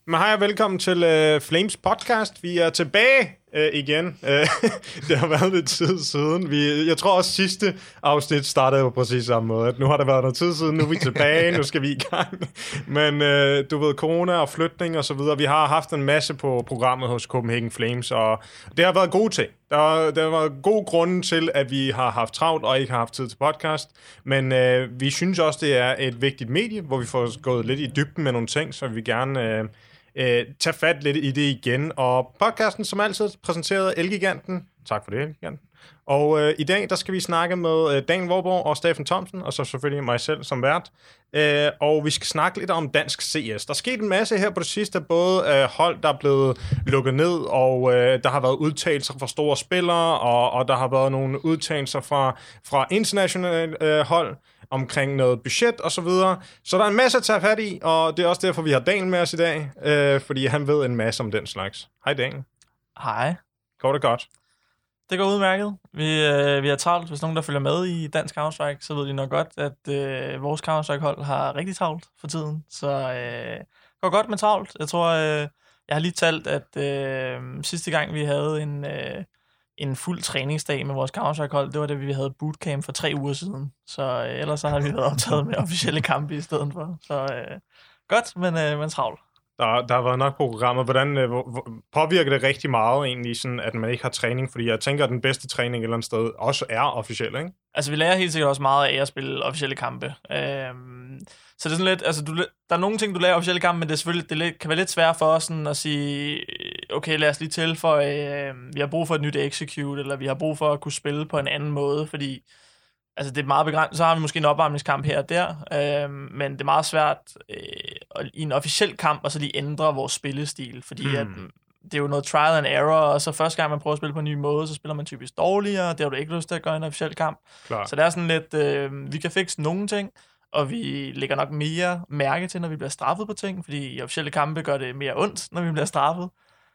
Men hej og velkommen til Flames podcast. Vi er tilbage igen. Det har været lidt tid siden. Jeg tror også sidste afsnit startede på præcis samme måde. Nu har det været noget tid siden, nu er vi tilbage, nu skal vi i gang. Men du ved, corona og flytning og så videre. Vi har haft en masse på programmet hos Copenhagen Flames, og det har været gode ting. Der har været gode grunde til, at vi har haft travlt og ikke har haft tid til podcast. Men vi synes også, det er et vigtigt medie, hvor vi får gået lidt i dybden med nogle ting, så vi gerne tage fat lidt i det igen. Og podcasten, som altid, præsenteret af Elgiganten. Tak for det, Elgiganten. Og i dag, der skal vi snakke med Dan Vorborg og Steffen Thomsen, og så selvfølgelig mig selv som vært. Og vi skal snakke lidt om dansk CS. Der er sket en masse her på det sidste, både hold, der er blevet lukket ned, og der har været udtalelser fra store spillere, og der har været nogle udtalelser fra internationale hold omkring noget budget og så videre. Så der er en masse at tage fat i, og det er også derfor, vi har Dan med os i dag, fordi han ved en masse om den slags. Hej Dan. Hej. Går det godt? Det går udmærket. Vi har travlt. Hvis nogen, der følger med i dansk Counter-Strike, så ved de nok godt, at vores Counter-Strike-hold har rigtig travlt for tiden. Så går godt med travlt. Jeg tror, jeg har lige talt, at sidste gang, vi havde en fuld træningsdag med vores Counter-Strike-hold, det var det, vi havde bootcamp for 3 uger siden. Så ellers så har vi været optaget med officielle kampe i stedet for. Så godt, men travlt. Der har været nok på programmet. Hvordan påvirker det rigtig meget egentlig, sådan, at man ikke har træning? Fordi jeg tænker, at den bedste træning et eller andet sted også er officiel, ikke? Altså, vi lærer helt sikkert også meget af at spille officielle kampe. Så det er sådan lidt, altså, der er nogle ting, du lærer officielle kampe, men det er selvfølgelig, kan være lidt svært for os sådan, at sige, okay, lad os lige tilføje, vi har brug for et nyt execute, eller vi har brug for at kunne spille på en anden måde, fordi altså, det er meget begrænset. Så har vi måske en opvarmningskamp her og der, men det er meget svært i en officiel kamp at så lige ændre vores spillestil, fordi at, det er jo noget trial and error, og så første gang man prøver at spille på en ny måde, så spiller man typisk dårligere, det har du ikke lyst til at gøre i en officiel kamp. Klar. Så det er sådan lidt, vi kan fikse nogle ting, og vi lægger nok mere mærke til, når vi bliver straffet på ting, fordi i officielle kampe gør det mere ondt, når vi bliver straffet.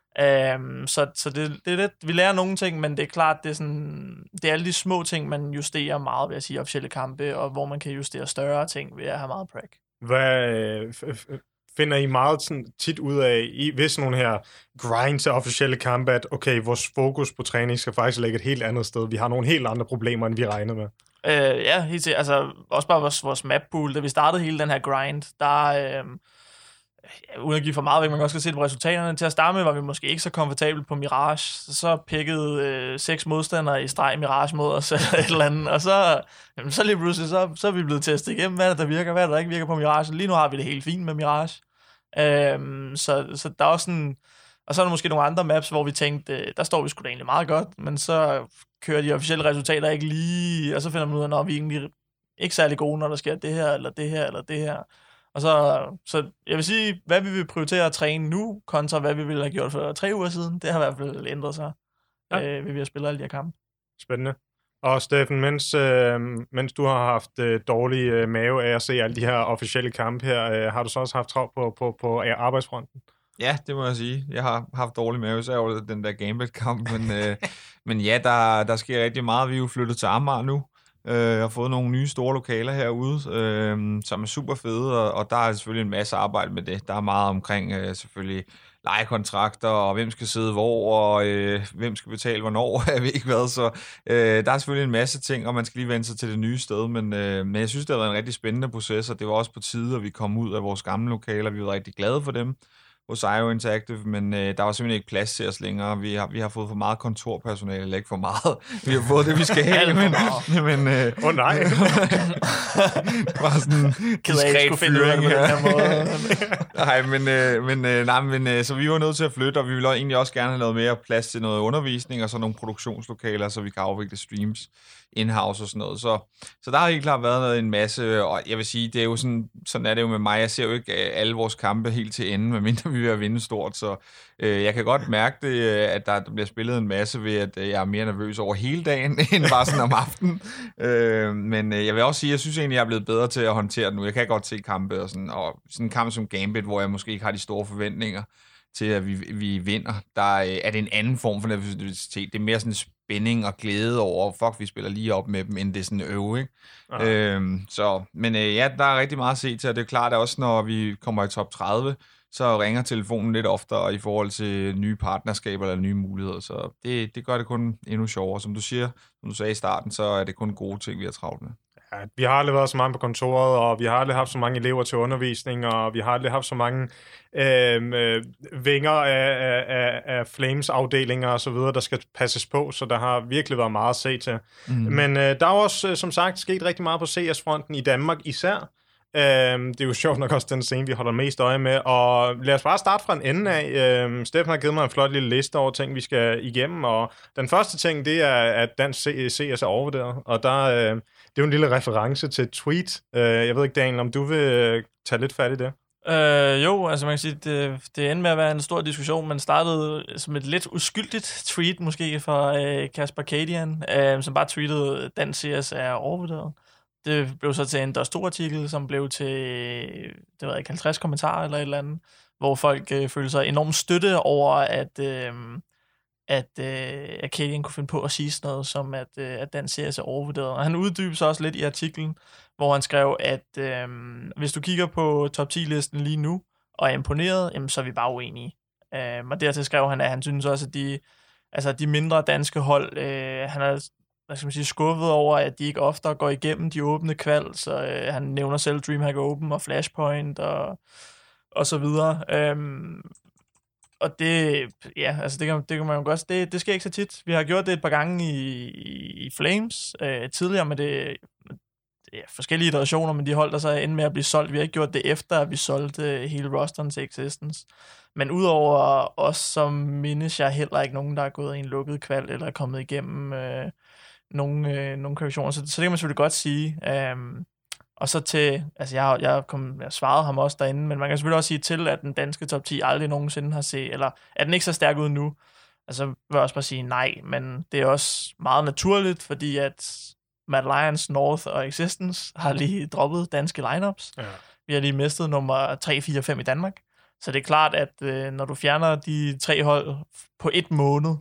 Så det er lidt, vi lærer nogle ting, men det er klart, det er alle de små ting, man justerer meget ved at sige officielle kampe, og hvor man kan justere større ting ved at have meget prag. Hvad finder I meget sådan, tit ud af, ved sådan nogle her grind til officielle kampe, at okay, vores fokus på træning skal faktisk ligge et helt andet sted. Vi har nogle helt andre problemer, end vi regnede med. Ja, helt sikkert. Altså, også bare vores map pool. Da vi startede hele den her grind, der uden at give for meget væk, man kan også se det på resultaterne. Til at starte med var vi måske ikke så komfortable på Mirage. Så pikkede 6 modstandere i streg Mirage mod os eller et eller andet. Og så lige pludselig, så er vi blevet testet igennem, hvad der virker, hvad der ikke virker på Mirage. Lige nu har vi det helt fint med Mirage. Så der er også sådan. Og så er der måske nogle andre maps, hvor vi tænkte, der står vi sgu da egentlig meget godt, men så kører de officielle resultater ikke lige, og så finder man ud af, at vi er egentlig ikke særlig gode, når der sker det her, eller det her, eller det her. Og så jeg vil sige, hvad vi vil prioritere at træne nu, kontra hvad vi ville have gjort for 3 uger siden, det har i hvert fald ændret sig, ved vi at spille alle de her kampe. Spændende. Og Steffen, mens du har haft dårlig mave af at se alle de her officielle kampe her, har du så også haft travlt på arbejdsfronten? Ja, det må jeg sige. Jeg har haft dårlig mave, så er jo den der Gambit-kamp, men ja, der sker rigtig meget. Vi er jo flyttet til Amager nu. Jeg har fået nogle nye store lokaler herude, som er super fede, og der er selvfølgelig en masse arbejde med det. Der er meget omkring selvfølgelig lejekontrakter, og hvem skal sidde hvor, og hvem skal betale hvornår, jeg ved ikke hvad. Så der er selvfølgelig en masse ting, og man skal lige vende sig til det nye sted, men jeg synes, det har været en rigtig spændende proces, og det var også på tide, at vi kom ud af vores gamle lokaler. Vi var rigtig glade for dem hos IO Interactive, men der var simpelthen ikke plads til os længere. Vi har fået for meget kontorpersonale, eller ikke for meget. Vi har fået det, vi skal have, men nej. Bare sådan diskret fyring her. Så vi var nødt til at flytte, og vi ville egentlig også gerne have noget mere plads til noget undervisning, og så nogle produktionslokaler, så vi kan afvikle streams in-house og sådan noget. Så der har helt klart været en masse, og jeg vil sige, det er jo sådan er det jo med mig. Jeg ser jo ikke alle vores kampe helt til ende, medmindre vi vil vinde stort, så jeg kan godt mærke det, at der bliver spillet en masse ved, at jeg er mere nervøs over hele dagen, end bare sådan om aftenen. Men jeg vil også sige, at jeg synes egentlig, jeg er blevet bedre til at håndtere det nu. Jeg kan godt se kampe og sådan en kamp som Gambit, hvor jeg måske ikke har de store forventninger til, at vi vinder. Der er det en anden form for nervøsitet. Det er mere sådan spænding og glæde over, vi spiller lige op med dem, end det er sådan en øve, ikke? Men der er rigtig meget at se til, og det er klart, at også når vi kommer i top 30, så ringer telefonen lidt oftere i forhold til nye partnerskaber eller nye muligheder, så det gør det kun endnu sjovere. Som du sagde i starten, så er det kun gode ting, vi har travlt med. Ja, vi har aldrig været så mange på kontoret, og vi har aldrig haft så mange elever til undervisning, og vi har aldrig haft så mange vinger af Flames-afdelinger og så videre, der skal passes på, så der har virkelig været meget at se til. Men der er også, som sagt, sket rigtig meget på CS-fronten i Danmark især. Det er jo sjovt nok også den scene, vi holder mest øje med, og lad os bare starte fra en ende af. Steffen har givet mig en flot lille liste over ting, vi skal igennem, og den første ting, det er, at dansk CS er overvurderet, og der, det er jo en lille reference til et tweet. Jeg ved ikke, Daniel, om du vil tage lidt fat i det? Jo, altså man kan sige, det endte med at være en stor diskussion, men startede som et lidt uskyldigt tweet, måske fra Kasper Kadian, som bare tweetede, dansk CS er overvurderet. Det blev så til en stor artikel, som blev til, det ved ikke, 50 kommentarer eller et eller andet, hvor folk følte sig enormt støtte over, at Kadian kunne finde på at sige sådan noget, som at den CS er overvurderet. Og han uddyber sig også lidt i artiklen, hvor han skrev, at hvis du kigger på top 10-listen lige nu, og er imponeret, jamen, så er vi bare uenige. Og dertil skrev han, at han synes også, at de mindre danske hold, han er skuffet over, at de ikke oftere går igennem de åbne kval, så han nævner selv DreamHack Open og Flashpoint og så videre. Og det, ja, altså det kan man jo godt, det sker ikke så tit. Vi har gjort det et par gange i Flames tidligere med det, forskellige iterationer, men de hold der så endte med at blive solgt. Vi har ikke gjort det efter, at vi solgte hele rosteren til Existence. Men udover os, så mindes jeg heller ikke nogen, der er gået i en lukket kval, eller er kommet igennem nogle korrektioner. Så det kan man selvfølgelig godt sige. Og så til, altså jeg svarede ham også derinde, men man kan selvfølgelig også sige til, at den danske top 10 aldrig nogensinde har set, eller er den ikke så stærk ud nu? Altså vil jeg også bare sige nej, men det er også meget naturligt, fordi at Mad Lions, North og Existence har lige droppet danske lineups. Ja. Vi har lige mistet nummer 3, 4, 5 i Danmark. Så det er klart, at når du fjerner de 3 hold på 1 måned,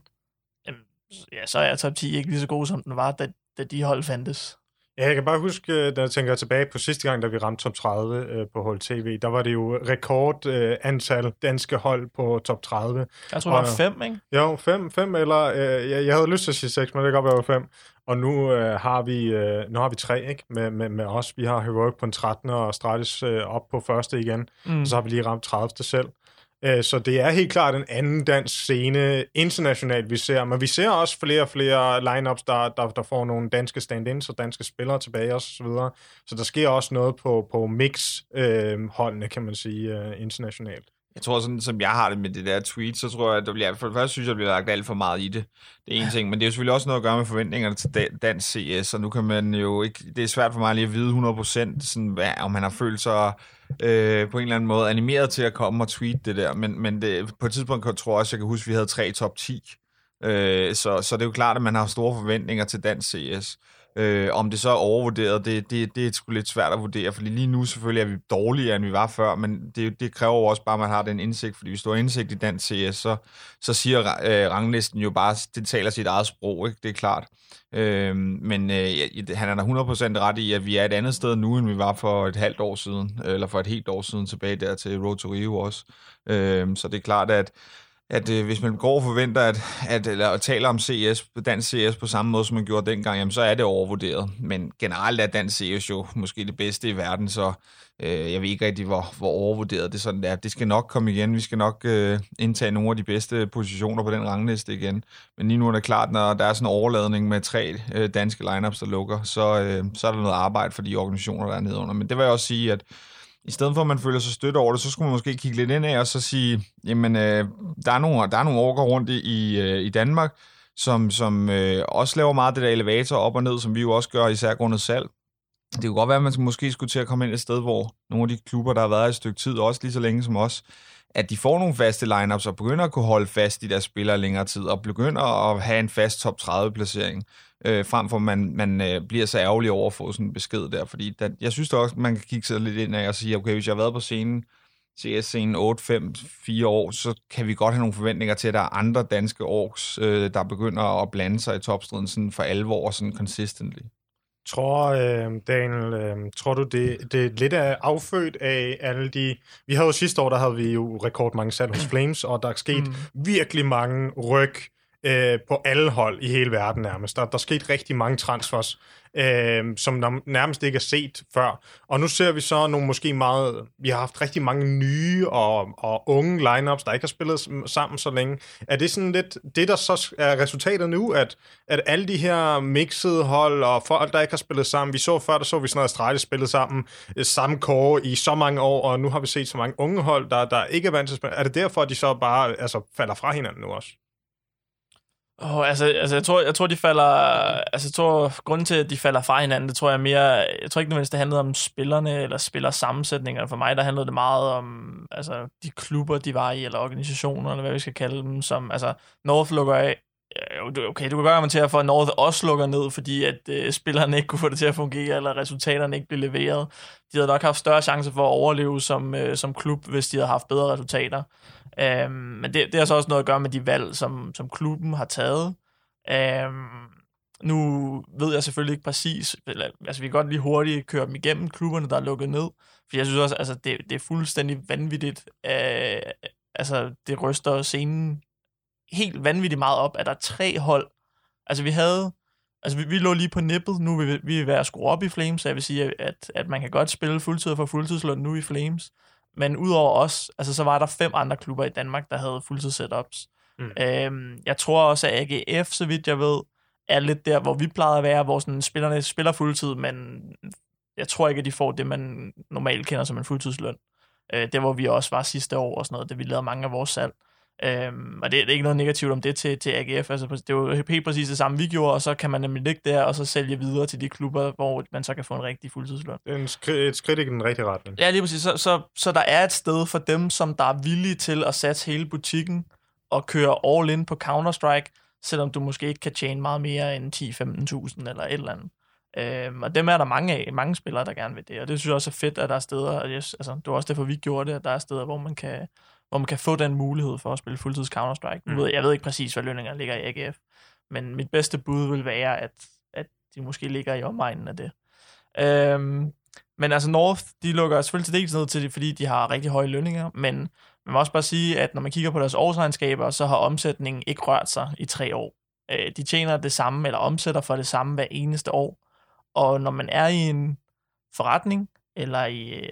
ja, så er top 10 ikke lige så god, som den var, da de hold fandtes. Ja, jeg kan bare huske, da jeg tænker tilbage på sidste gang, da vi ramte top 30 på Hold TV, der var det jo rekordantal danske hold på top 30. Jeg tror, det var 5, ikke? Jo, 5 eller... jeg havde lyst til at sige 6, men det kan godt være 5. Og nu har vi 3, ikke? Med os. Vi har Heroic på en 13. og Stratis op på første igen. Og så har vi lige ramt 30. selv. Så det er helt klart en anden dansk scene internationalt, vi ser. Men vi ser også flere og flere lineups, der får nogle danske stand-ins og danske spillere tilbage og så videre. Så der sker også noget på mix-holdene, kan man sige, internationalt. Jeg tror, sådan som jeg har det med det der tweet, så tror jeg, at der bliver, for det første synes jeg, der bliver lagt alt for meget i det. Det er en ting, men det er jo selvfølgelig også noget at gøre med forventningerne til dansk CS, og nu kan man jo ikke, det er svært for mig lige at vide 100%, sådan, om man har følt sig på en eller anden måde animeret til at komme og tweete det der, men det, på et tidspunkt tror jeg også, jeg kan huske, at vi havde 3 top 10, så det er jo klart, at man har store forventninger til dansk CS. Om det så er overvurderet, det er sgu lidt svært at vurdere, fordi lige nu selvfølgelig er vi dårligere, end vi var før, men det kræver jo også bare, at man har den indsigt, fordi hvis du har indsigt i dansk CS, så siger ranglisten jo bare, det taler sit eget sprog, ikke? Det er klart. Men han er da 100% ret i, at vi er et andet sted nu, end vi var for et halvt år siden, eller for et helt år siden tilbage der til Road to Rio også. Så det er klart, at hvis man går og forventer, eller taler om CS, dansk CS på samme måde, som man gjorde dengang, jamen, så er det overvurderet. Men generelt er dansk CS jo måske det bedste i verden, så jeg ved ikke rigtig, hvor overvurderet det sådan er. Det skal nok komme igen. Vi skal nok indtage nogle af de bedste positioner på den rangliste igen. Men lige nu er det klart, når der er sådan en overladning med 3 danske lineups, der lukker, så er der noget arbejde for de organisationer, der er nedenunder. Men det vil jeg også sige, at i stedet for, at man føler sig stødt over det, så skulle man måske kigge lidt ind af og så sige, jamen, der er nogle orker rundt i Danmark, som også laver meget det der elevator op og ned, som vi jo også gør, især grundet salg. Det kunne godt være, at man måske skulle til at komme ind et sted, hvor nogle af de klubber, der har været i et stykke tid, også lige så længe som os, at de får nogle faste lineups og begynder at kunne holde fast i deres spillere længere tid, og begynder at have en fast top 30-placering, frem for man bliver så ærgerlig over at få sådan en besked der, fordi jeg synes da også, man kan kigge sig lidt ind af og sige, okay, hvis jeg har været på CS-scenen 8-5-4 år, så kan vi godt have nogle forventninger til, at der er andre danske orks, der begynder at blande sig i topstriden sådan for alvor og sådan consistently. Tror du, det er lidt affødt af alle de... Vi havde jo sidste år, der havde vi jo rekordmange salg hos Flames, og der er sket virkelig mange ryk på alle hold i hele verden nærmest. Der er sket rigtig mange transfers, som nærmest ikke er set før. Og nu ser vi så nogle måske meget... Vi har haft rigtig mange nye og unge lineups, der ikke har spillet sammen så længe. Er det sådan lidt det, der så er resultatet nu, at alle de her mixede hold og folk, der ikke har spillet sammen... Vi så før, der så vi sådan noget Astralis spillet sammen, samme core i så mange år, og nu har vi set så mange unge hold, der ikke er vant til at spille. Er det derfor, at de så bare falder fra hinanden nu også? Jeg tror, de falder... Altså, jeg tror, grunden til, at de falder fra hinanden, det tror jeg mere... Jeg tror ikke nødvendigvis, det handlede om spillerne eller spillersammensætninger. For mig, der handlede det meget om de klubber, de var i, eller organisationer, eller hvad vi skal kalde dem, som... Altså, North lukker af... Okay, du kan godt argumentere for, at North også lukker ned, fordi at spillerne ikke kunne få det til at fungere, eller resultaterne ikke blev leveret. De havde nok haft større chance for at overleve som klub, hvis de havde haft bedre resultater. Men det har så også noget at gøre med de valg, som klubben har taget. Nu ved jeg selvfølgelig ikke præcis, vi kan godt lige hurtigt køre dem igennem klubberne, der er lukket ned, for jeg synes også, det er fuldstændig vanvittigt. Det ryster scenen helt vanvittigt meget op, at der er 3 hold. Vi lå lige på nippet, nu vil vi være at skrue op i Flames, så jeg vil sige, at man kan godt spille fuldtid for fuldtidsløn nu i Flames. Men udover os, så var der 5 andre klubber i Danmark, der havde fuldtids-setups. Jeg tror også, at AGF, så vidt jeg ved, er lidt der, hvor vi plejede at være, hvor sådan, spillerne spiller fuldtid, men jeg tror ikke, at de får det, man normalt kender som en fuldtidsløn. Det hvor vi også var sidste år og sådan noget, det vi lavede mange af vores salg. Og det er ikke noget negativt om det til AGF. Det er jo helt præcis det samme, vi gjorde, og så kan man nemlig ligge der og så sælge videre til de klubber, hvor man så kan få en rigtig fuldtidsløn. Et skridt i den rigtige retning. Ja, lige præcis. Så der er et sted for dem, som der er villige til at satse hele butikken og køre all in på Counter-Strike, selvom du måske ikke kan tjene meget mere end 10-15.000 eller et eller andet. Og dem er der mange spillere, der gerne vil det, og det synes jeg også er fedt, at der er steder, og det var også derfor, vi gjorde det, at der er steder, hvor man kan få den mulighed for at spille fuldtids Counter-Strike. Jeg ved ikke præcis, hvad lønninger ligger i AGF, men mit bedste bud vil være, at de måske ligger i omegnen af det. Men North, de lukker selvfølgelig til dels ned til det, fordi de har rigtig høje lønninger, men man må også bare sige, at når man kigger på deres årsregnskaber, så har omsætningen ikke rørt sig i 3 år. De tjener det samme, eller omsætter for det samme hver eneste år. Og når man er i en forretning, eller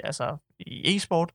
i e-sport,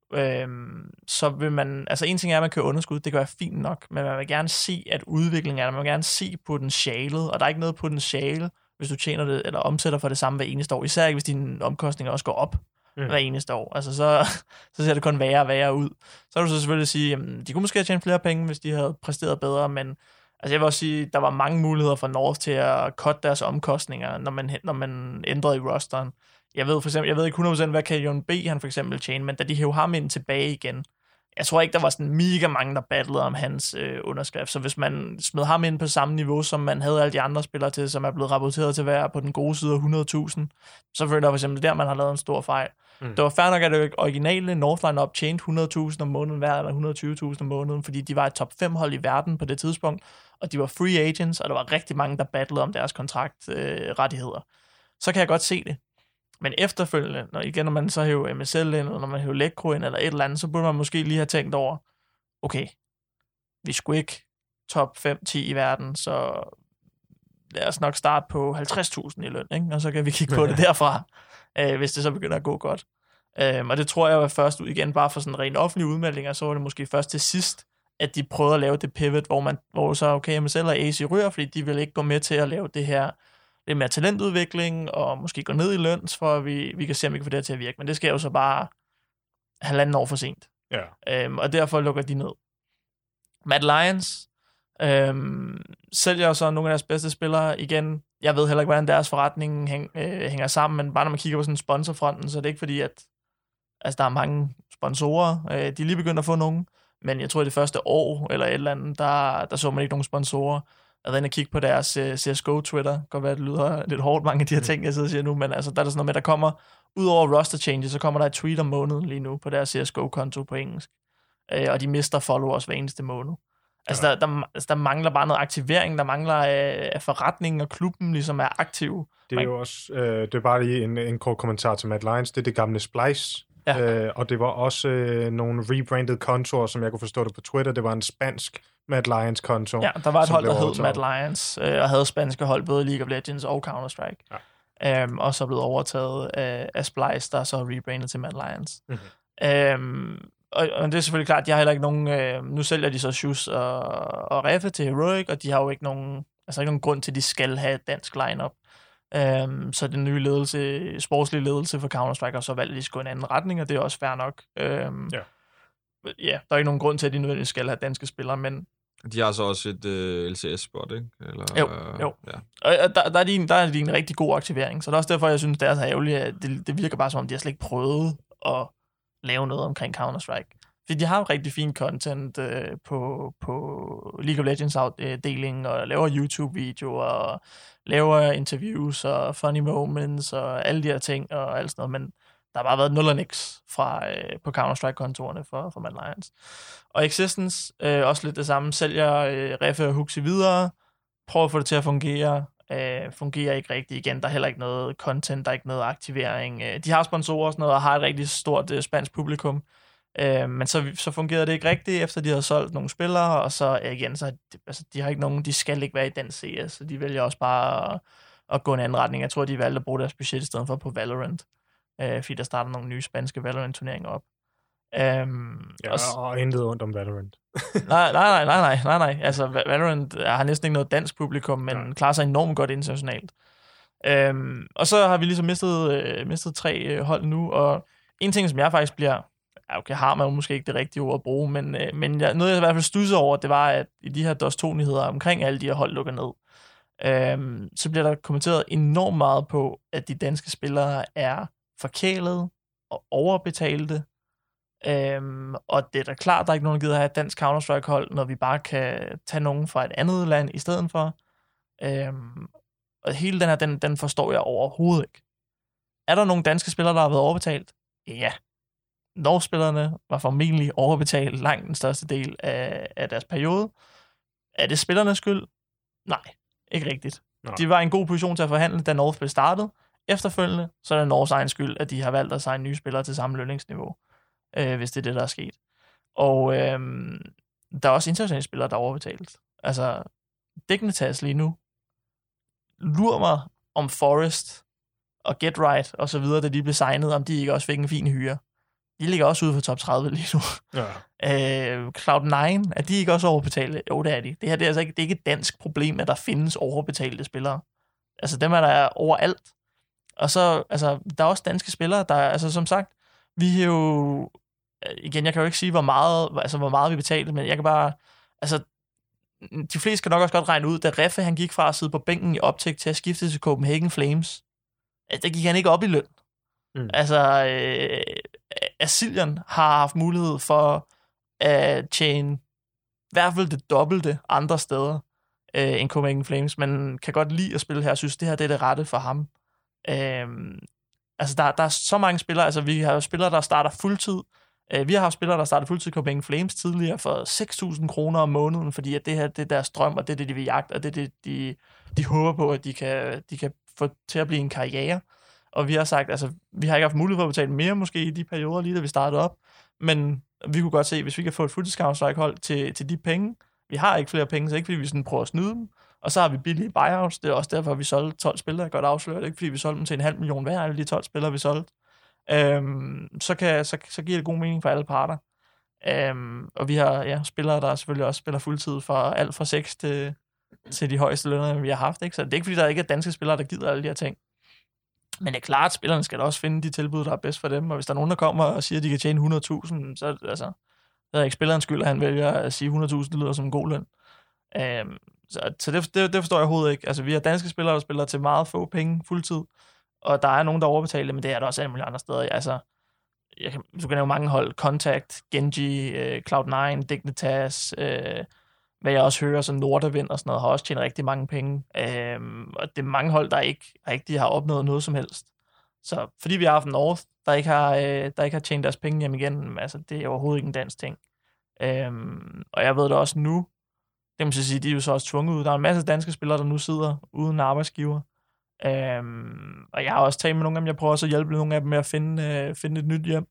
så vil man, en ting er, at man kører underskud, det kan være fint nok, men man vil gerne se, at udviklingen er der, man vil gerne se potentialet, og der er ikke noget potentiale, hvis du tjener det, eller omsætter for det samme hver eneste år, især ikke, hvis dine omkostninger også går op hver eneste år, så ser det kun værre og værre ud. Så vil du så selvfølgelig sige, jamen, de kunne måske have tjent flere penge, hvis de havde præsteret bedre, men jeg vil også sige, der var mange muligheder for North til at cutte deres omkostninger, når man ændrede i rosteren. Jeg ved ikke 100% hvad Kajon B han for eksempel tjene, men da de hævde ham ind tilbage igen, jeg tror ikke, der var sådan mega mange, der battlede om hans underskrift. Så hvis man smed ham ind på samme niveau, som man havde alle de andre spillere til, som er blevet rapporteret til at være på den gode side af 100.000, så føler jeg for eksempel der, man har lavet en stor fejl. Det var fair nok, at det originale Northline op tjente 100.000 om måneden hver, eller 120.000 om måneden, fordi de var et top 5 hold i verden på det tidspunkt, og de var free agents, og der var rigtig mange, der battlede om deres kontraktrettigheder. Så kan jeg godt se det. Men efterfølgende, når man så hæver MSL ind, eller når man hæver Lekro ind, eller et eller andet, så burde man måske lige have tænkt over, okay, vi skulle ikke top 5-10 i verden, så lad os nok starte på 50.000 i løn, ikke? Og så kan vi kigge på det derfra, hvis det så begynder at gå godt. Og det tror jeg var først ud igen, bare for sådan rent offentlige udmeldinger, så var det måske først til sidst, at de prøvede at lave det pivot, hvor så, okay, MSL og AC ryger, fordi de vil ikke gå med til at lave det her lidt mere talentudvikling, og måske gå ned i løn, for at vi kan se, om vi kan få det her til at virke. Men det sker jo så bare 1,5 år for sent. Ja. Og derfor lukker de ned. Mad Lions sælger så nogle af deres bedste spillere. Igen, jeg ved heller ikke, hvordan deres forretning hænger sammen, men bare når man kigger på sådan sponsorfronten, så er det ikke fordi, at der er mange sponsorer. De er lige begyndt at få nogen, men jeg tror, det første år, eller et eller andet, der så man ikke nogen sponsorer. Jeg havde inde og kigge på deres CSGO-Twitter. Godt være, det lyder lidt hårdt, mange af de her ting, jeg sidder og siger nu, men der er der sådan noget med, der kommer, ud over roster changes, så kommer der et tweet om måneden lige nu på deres CSGO-konto på engelsk. Og de mister followers hver eneste måned. Altså, der mangler bare noget aktivering, der mangler at forretningen og klubben ligesom er aktiv. Det er jo også, det er bare lige en kort kommentar til Matt Lyons, det er det gamle Splice, og det var også nogle rebranded kontorer, som jeg kunne forstå det på Twitter, det var en spansk Matt Lyons konto. Ja, der var et hold, der hed Matt Lyons, og havde spanske hold, både League of Legends og Counter-Strike. Ja. Og så blevet overtaget af Splice, der så rebrandet til Matt Lyons. Og det er selvfølgelig klart, de har heller ikke nogen... nu sælger de så Shoes og Reffe til Heroic, og de har jo ikke nogen grund til, at de skal have et dansk line-up. Så den nye sportslige ledelse for Counter-Strike har så valgt, at de skal gå en anden retning, og det er også fair nok. Ja, der er ikke nogen grund til, at de nødvendigvis skal have danske spillere, men... De har så også et LCS-spot, ikke? Eller, jo. Ja. Og der er de en rigtig god aktivering, så det er også derfor, jeg synes, det er så ærgerligt, at det virker bare som om, de har slet ikke prøvet at lave noget omkring Counter-Strike. Fordi de har jo rigtig fin content på League of Legends-afdelingen, og laver YouTube-videoer, og laver interviews, og funny moments, og alle de her ting, og alt sådan noget, men der har bare været 0 og niks på Counter-Strike-kontorerne for Matt Lyons. Og Existence, også lidt det samme, sælger Reffe og Huxi videre, prøver at få det til at fungere, fungerer ikke rigtigt igen, der er heller ikke noget content, der er ikke noget aktivering. De har sponsorer og sådan noget, og har et rigtig stort spansk publikum, men så fungerede det ikke rigtigt, efter de har solgt nogle spillere, og så igen, så de har ikke nogen, de skal ikke være i den CS, så de vælger også bare at gå en anden retning. Jeg tror, de valgte at bruge deres budget i stedet for på Valorant, fordi der starter nogle nye spanske Valorant-turneringer op. Og intet ondt om Valorant. nej. Altså, Valorant har næsten ikke noget dansk publikum, men klarer sig enormt godt internationalt. Og så har vi ligesom mistet 3 hold nu, og en ting, som jeg faktisk bliver... Okay, har man jo måske ikke det rigtige ord at bruge, men noget, jeg i hvert fald studsede over, det var, at i de her DOS2-nyheder omkring alle de her hold lukker ned, så bliver der kommenteret enormt meget på, at de danske spillere er forkælede og overbetalte, og det er da klart, der er ikke nogen, der gider have et dansk Counter-Strike-hold, når vi bare kan tage nogen fra et andet land i stedet for. Og hele den her, den forstår jeg overhovedet ikke. Er der nogle danske spillere, der har været overbetalt? Ja. Norge-spillerne var formentlig overbetalt langt den største del af deres periode. Er det spillernes skyld? Nej, ikke rigtigt. Nej. De var i en god position til at forhandle, da Norge blev startet. Efterfølgende, så er det Norges egen skyld, at de har valgt at signe nye spillere til samme lønningsniveau, hvis det er det, der er sket. Og der er også internationale spillere, der er overbetalt. Altså, Dignitas lige nu, lurer mig om Forest og Get Right og så videre, da de blev signet, om de ikke også fik en fin hyre. De ligger også ude for top 30 lige nu. Ja. Cloud9, er de ikke også overbetalte? Jo, det er de. Det her det er altså ikke, det er ikke et dansk problem, at der findes overbetalte spillere. Altså, dem er der overalt. Og så, altså, der er også danske spillere, der, altså, som sagt, vi er jo, igen, jeg kan jo ikke sige, hvor meget vi betalte, men jeg kan bare, altså, de fleste kan nok også godt regne ud, da Reffe, han gik fra at sidde på bænken i Optic til at skifte til Copenhagen Flames, der gik han ikke op i løn. Altså, Asilian har haft mulighed for at tjene i hvert fald det dobbelte andre steder end Copenhagen Flames, men kan godt lide at spille her, og synes, det her det er det rette for ham. Altså, der er så mange spillere, altså vi har spillere, der starter fuldtid. Vi har haft spillere, der startede fuldtid i Copenhagen Flames tidligere for 6.000 kroner om måneden, fordi at det her det er deres drøm, og det er det, de vil jagte, og det er det, de håber på, at de kan få til at blive en karriere. Og vi har sagt, altså, vi har ikke haft mulighed for at betale mere måske i de perioder, lige da vi startede op, men vi kunne godt se, hvis vi kan få et fuldtids Counter-Strike-hold til de penge, vi har ikke flere penge, så ikke fordi vi sådan prøver at snyde dem, og så har vi billige buyouts, det er også derfor, vi solgte 12 spillere, jeg godt afsløre, det er ikke fordi vi solgte dem til 500.000 hver, alle de 12 spillere, vi solgte. Så giver det god mening for alle parter. Og vi har spillere, der selvfølgelig også spiller fuldtid for alt fra 6 til de højeste lønner, vi har haft, ikke? Så det er ikke fordi, der ikke er danske spillere, der gider alle de her ting. Men det er klart, at spillerne skal da også finde de tilbud, der er bedst for dem, og hvis der er nogen, der kommer og siger, at de kan tjene 100.000, så altså, det er ikke spillerens skyld, at han vælger at sige 100.000, det lyder som en god løn. Så det forstår jeg overhovedet ikke. Altså, vi har danske spillere, der spiller til meget få penge fuldtid, og der er nogen, der overbetaler, men det er der også alle mulige andre steder. Altså, du kan nævne mange hold, Contact, Genji, Cloud9, Dignitas, hvad jeg også hører, så Nordavind og sådan noget, har også tjent rigtig mange penge. Og det er mange hold, der ikke rigtig har opnået noget som helst. Så fordi vi har haft North, der ikke har tjent deres penge hjem igen, altså det er overhovedet ikke en dansk ting. Og jeg ved det også nu, Det må jeg sige, de er jo så også tvunget ud. Der er en masse danske spillere, der nu sidder uden arbejdsgiver. Og jeg har også talt med nogle af dem. Jeg prøver også at hjælpe nogle af dem med at finde et nyt hjem.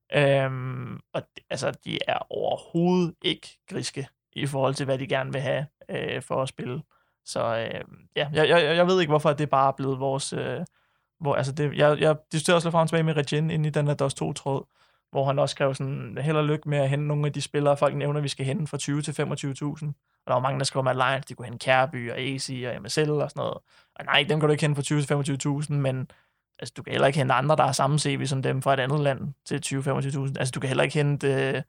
Og altså, de er overhovedet ikke griske i forhold til, hvad de gerne vil have for at spille. Så ja, jeg ved ikke, hvorfor det bare er blevet vores... jeg diskuterede også lidt frem og tilbage med Regin inde i den der DOS 2-tråd, hvor han også skrev sådan, held og lykke med at hente nogle af de spillere, folk nævner, vi skal hente fra 20 til 25.000. Og der var mange, der skrev med Alliance, de kunne hente Kærby og AC og MSL og sådan noget. Og nej, dem kan du ikke hente fra 20 til 25.000, men altså, du kan heller ikke hente andre, der har samme CV som dem fra et andet land til 20-25.000. Altså, du kan heller ikke hente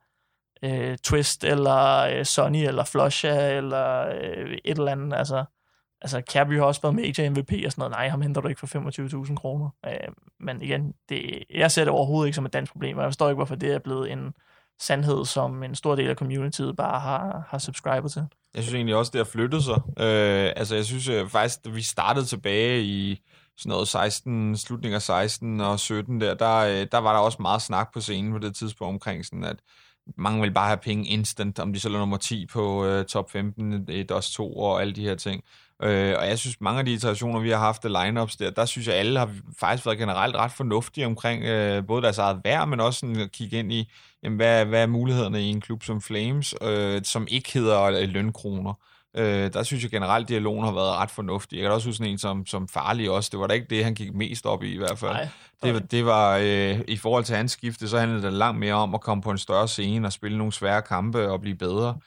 Twist eller Sonny eller Flusha eller et eller andet. Altså Kærby har også været major MVP og sådan noget. Nej, ham henter du ikke for 25.000 kroner. Men igen, jeg ser det overhovedet ikke som et dansk problem, og jeg forstår ikke, hvorfor det er blevet en sandhed, som en stor del af communityet bare har subscribet til. Jeg synes egentlig også, det har flyttet sig. Altså, jeg synes faktisk, da vi startede tilbage i sådan noget 16, slutningen af 16 og 17 der var der også meget snak på scenen på det tidspunkt omkring sådan, at mange vil bare have penge instant, om de så lå nummer 10 på top 15 i DOS 2 og alle de her ting. Og jeg synes, mange af de iterationer, vi har haft af lineups der synes jeg, alle har faktisk været generelt ret fornuftige omkring både deres eget værd, men også sådan at kigge ind i, jamen, hvad er mulighederne i en klub som Flames, som ikke hedder lønkroner. Der synes jeg generelt, dialogen har været ret fornuftig. Jeg kan også huske sådan en som Farlig også. Det var da ikke det, han gik mest op i hvert fald. Nej, det var i forhold til hans skifte, så handlede det langt mere om at komme på en større scene og spille nogle svære kampe og blive bedre.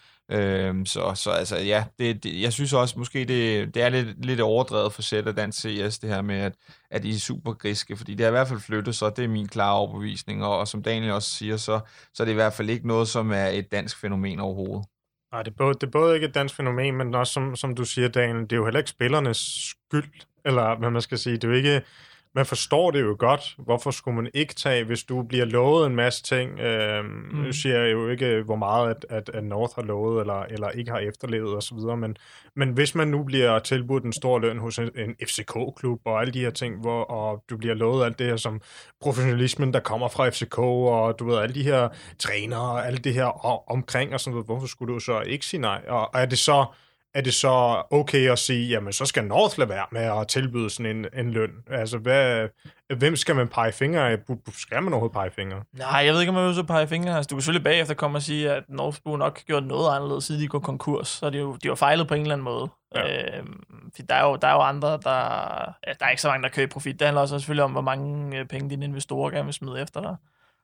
Så altså, ja, jeg synes også, måske det er lidt overdrevet for sæt af dansk CS, det her med, at I er super griske, fordi det har i hvert fald flyttet, så det er min klare overbevisning, og som Daniel også siger, så er det i hvert fald ikke noget, som er et dansk fænomen overhovedet. Nej, det er både ikke et dansk fænomen, men også, som du siger, Daniel, det er jo heller ikke spillernes skyld, eller hvad man skal sige, det er jo ikke... Man forstår det jo godt. Hvorfor skulle man ikke tage, hvis du bliver lovet en masse ting? Nu siger jeg jo ikke, hvor meget at North har lovet, eller ikke har efterlevet osv., men hvis man nu bliver tilbudt en stor løn hos en FCK-klub, og alle de her ting, og du bliver lovet alt det her som professionalismen, der kommer fra FCK, og du ved, alle de her trænere, og alt det her omkring, og sådan noget, hvorfor skulle du så ikke sige nej? Og er det så okay at sige, jamen så skal North lade være med at tilbyde sådan en løn? Altså, hvem skal man pege fingre af? Skal man overhovedet pege fingre? Nej, jeg ved ikke, om man vil så pege fingre. Altså, du kan selvfølgelig bagefter komme og sige, at North burde nok gjort noget anderledes, siden de går konkurs. Så de var fejlet på en eller anden måde. Ja. Der er jo andre, der er ikke så mange, der kører i profit. Det handler også selvfølgelig om, hvor mange penge dine investorer gerne vil smide efter dig.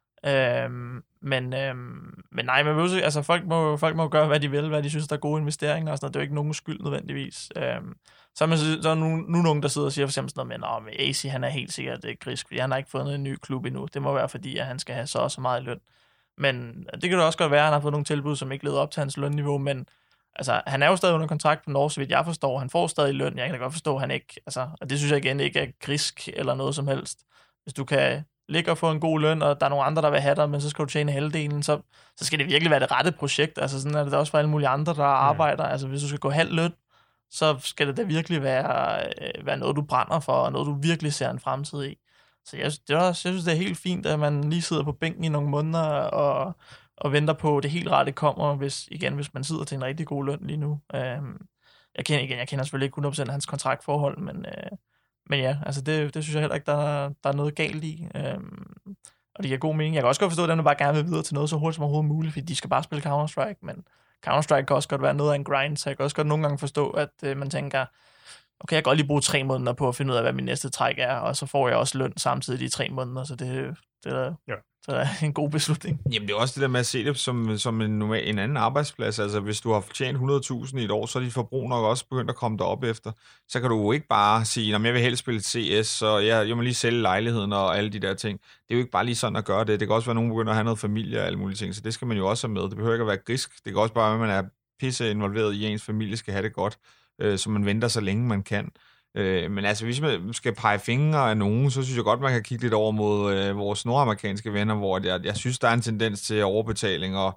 Men nej, man vil altså folk må gøre, hvad de vil, hvad de synes, der er gode investeringer og sådan noget. Det er jo ikke nogen skyld nødvendigvis. Så er nu nogen, der sidder og siger for eksempel sådan noget med AC, han er helt sikkert grisk, fordi han har ikke fundet en ny klub endnu. Det må være, fordi at han skal have så og så meget løn. Men det kan da også godt være, at han har fået nogle tilbud, som ikke leder op til hans lønniveau, men altså, han er jo stadig under kontrakt på Norge, så vidt jeg forstår. Han får stadig løn. Jeg kan da godt forstå, at han ikke... Altså, og det synes jeg igen ikke er grisk eller noget som helst. Hvis du kan ligge og få en god løn, og der er nogle andre, der vil have dig, men så skal du tjene halvdelen, så skal det virkelig være det rette projekt. Altså, sådan er det også for alle mulige andre, der arbejder. Altså, hvis du skal gå halv løn, så skal det da virkelig være noget, du brænder for, og noget, du virkelig ser en fremtid i. Så jeg synes, det er helt fint, at man lige sidder på bænken i nogle måneder og venter på, at det helt rette kommer, hvis man sidder til en rigtig god løn lige nu. Jeg kender selvfølgelig ikke 100% hans kontraktforhold, men ja, altså det synes jeg heller ikke, der er noget galt i. Og det giver god mening. Jeg kan også godt forstå, at dem bare gerne vil videre til noget så hurtigt som overhovedet muligt, fordi de skal bare spille Counter-Strike, men Counter-Strike kan også godt være noget af en grind, så jeg kan også godt nogle gange forstå, at man tænker, okay, jeg kan godt lige bruge 3 måneder på at finde ud af, hvad min næste træk er, og så får jeg også løn samtidig i 3 måneder, så det er en god beslutning. Jamen, det er også det der med at se det som en anden arbejdsplads. Altså, hvis du har tjent 100.000 i et år, så er dit forbrug nok også begyndt at komme derop efter. Så kan du jo ikke bare sige, at jeg vil helst spille CS, så jeg må lige sælge lejligheden og alle de der ting. Det er jo ikke bare lige sådan at gøre det. Det kan også være, at nogen begynder at have noget familie og alle mulige ting, så det skal man jo også have med. Det behøver ikke at være grisk. Det kan også bare være, at man er pisse involveret i, ens familie skal have det godt, så man venter så længe man kan. Men altså, hvis man skal pege fingre af nogen, så synes jeg godt, man kan kigge lidt over mod vores nordamerikanske venner, hvor jeg synes, der er en tendens til overbetaling, og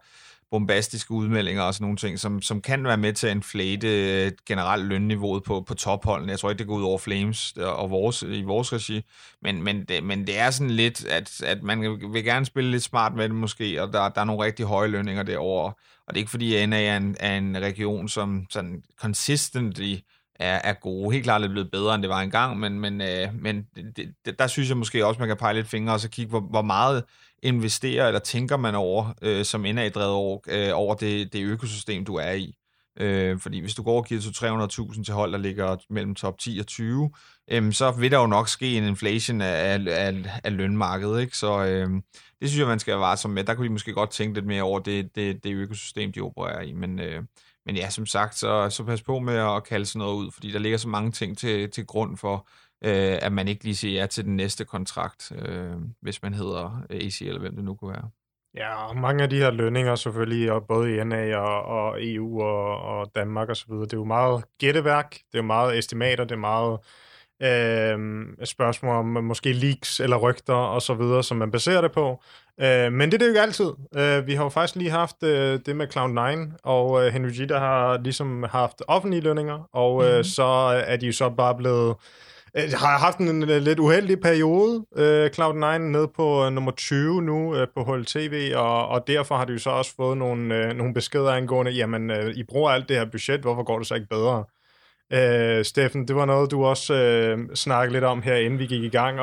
bombastiske udmeldinger og sådan nogle ting, som kan være med til at inflate generelt lønniveauet på topholdene. Jeg tror ikke, det går ud over Flames og i vores regi, men det er sådan lidt, at man vil gerne spille lidt smart med det måske, og der er nogle rigtig høje lønninger derovre. Og det er ikke fordi, NA er en region, som sådan consistently er gode. Helt klart er det blevet bedre, end det var engang, men der synes jeg måske også, man kan pege lidt fingre og så kigge, hvor meget investerer eller tænker man over, som NA-drevet over det økosystem, du er i. Fordi hvis du går og giver 300.000 til hold, der ligger mellem top 10 og 20, så vil der jo nok ske en inflation af lønmarkedet, ikke? Så det synes jeg, man skal være varsom med. Der kunne de måske godt tænke lidt mere over det økosystem, de opererer i, men ja, som sagt, så pas på med at kalde sådan noget ud, fordi der ligger så mange ting til grund for, at man ikke lige siger ja til den næste kontrakt, hvis man hedder AC eller hvem det nu kunne være. Ja, og mange af de her lønninger selvfølgelig, og både i NA og EU og Danmark osv., det er jo meget gætteværk, det er jo meget estimater, det er meget spørgsmål om måske leaks eller rygter og så videre, som man baserer det på. Men det er det jo ikke altid. Vi har jo faktisk lige haft det med Cloud9, og Henry G, der har ligesom haft offentlige lønninger, og så er de jo så bare blevet har haft en lidt uheldig periode. Cloud9 nede på nummer 20 nu på HLTV, og derfor har de jo så også fået nogle beskeder angående, jamen, I bruger alt det her budget, hvorfor går det så ikke bedre? Steffen, det var noget, du også snakkede lidt om her, inden vi gik i gang,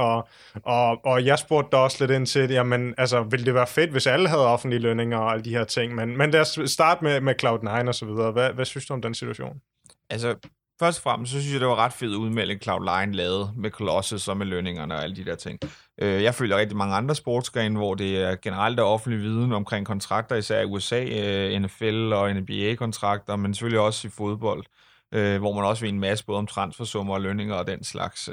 og jeg spurgte dig også lidt ind til, jamen, altså, ville det være fedt, hvis alle havde offentlige lønninger og alle de her ting, men lad os starte med Cloud9 og så videre. Hvad synes du om den situation? Altså, først og fremmest, så synes jeg, det var ret fed udmelding, Cloud9 lavede med Colossus og med lønningerne og alle de der ting. Jeg føler rigtig mange andre sportsgrene, hvor det er generelt er offentlig viden omkring kontrakter, især i USA, NFL og NBA-kontrakter, men selvfølgelig også i fodbold, hvor man også ved en masse både om transfersummer og lønninger og den slags.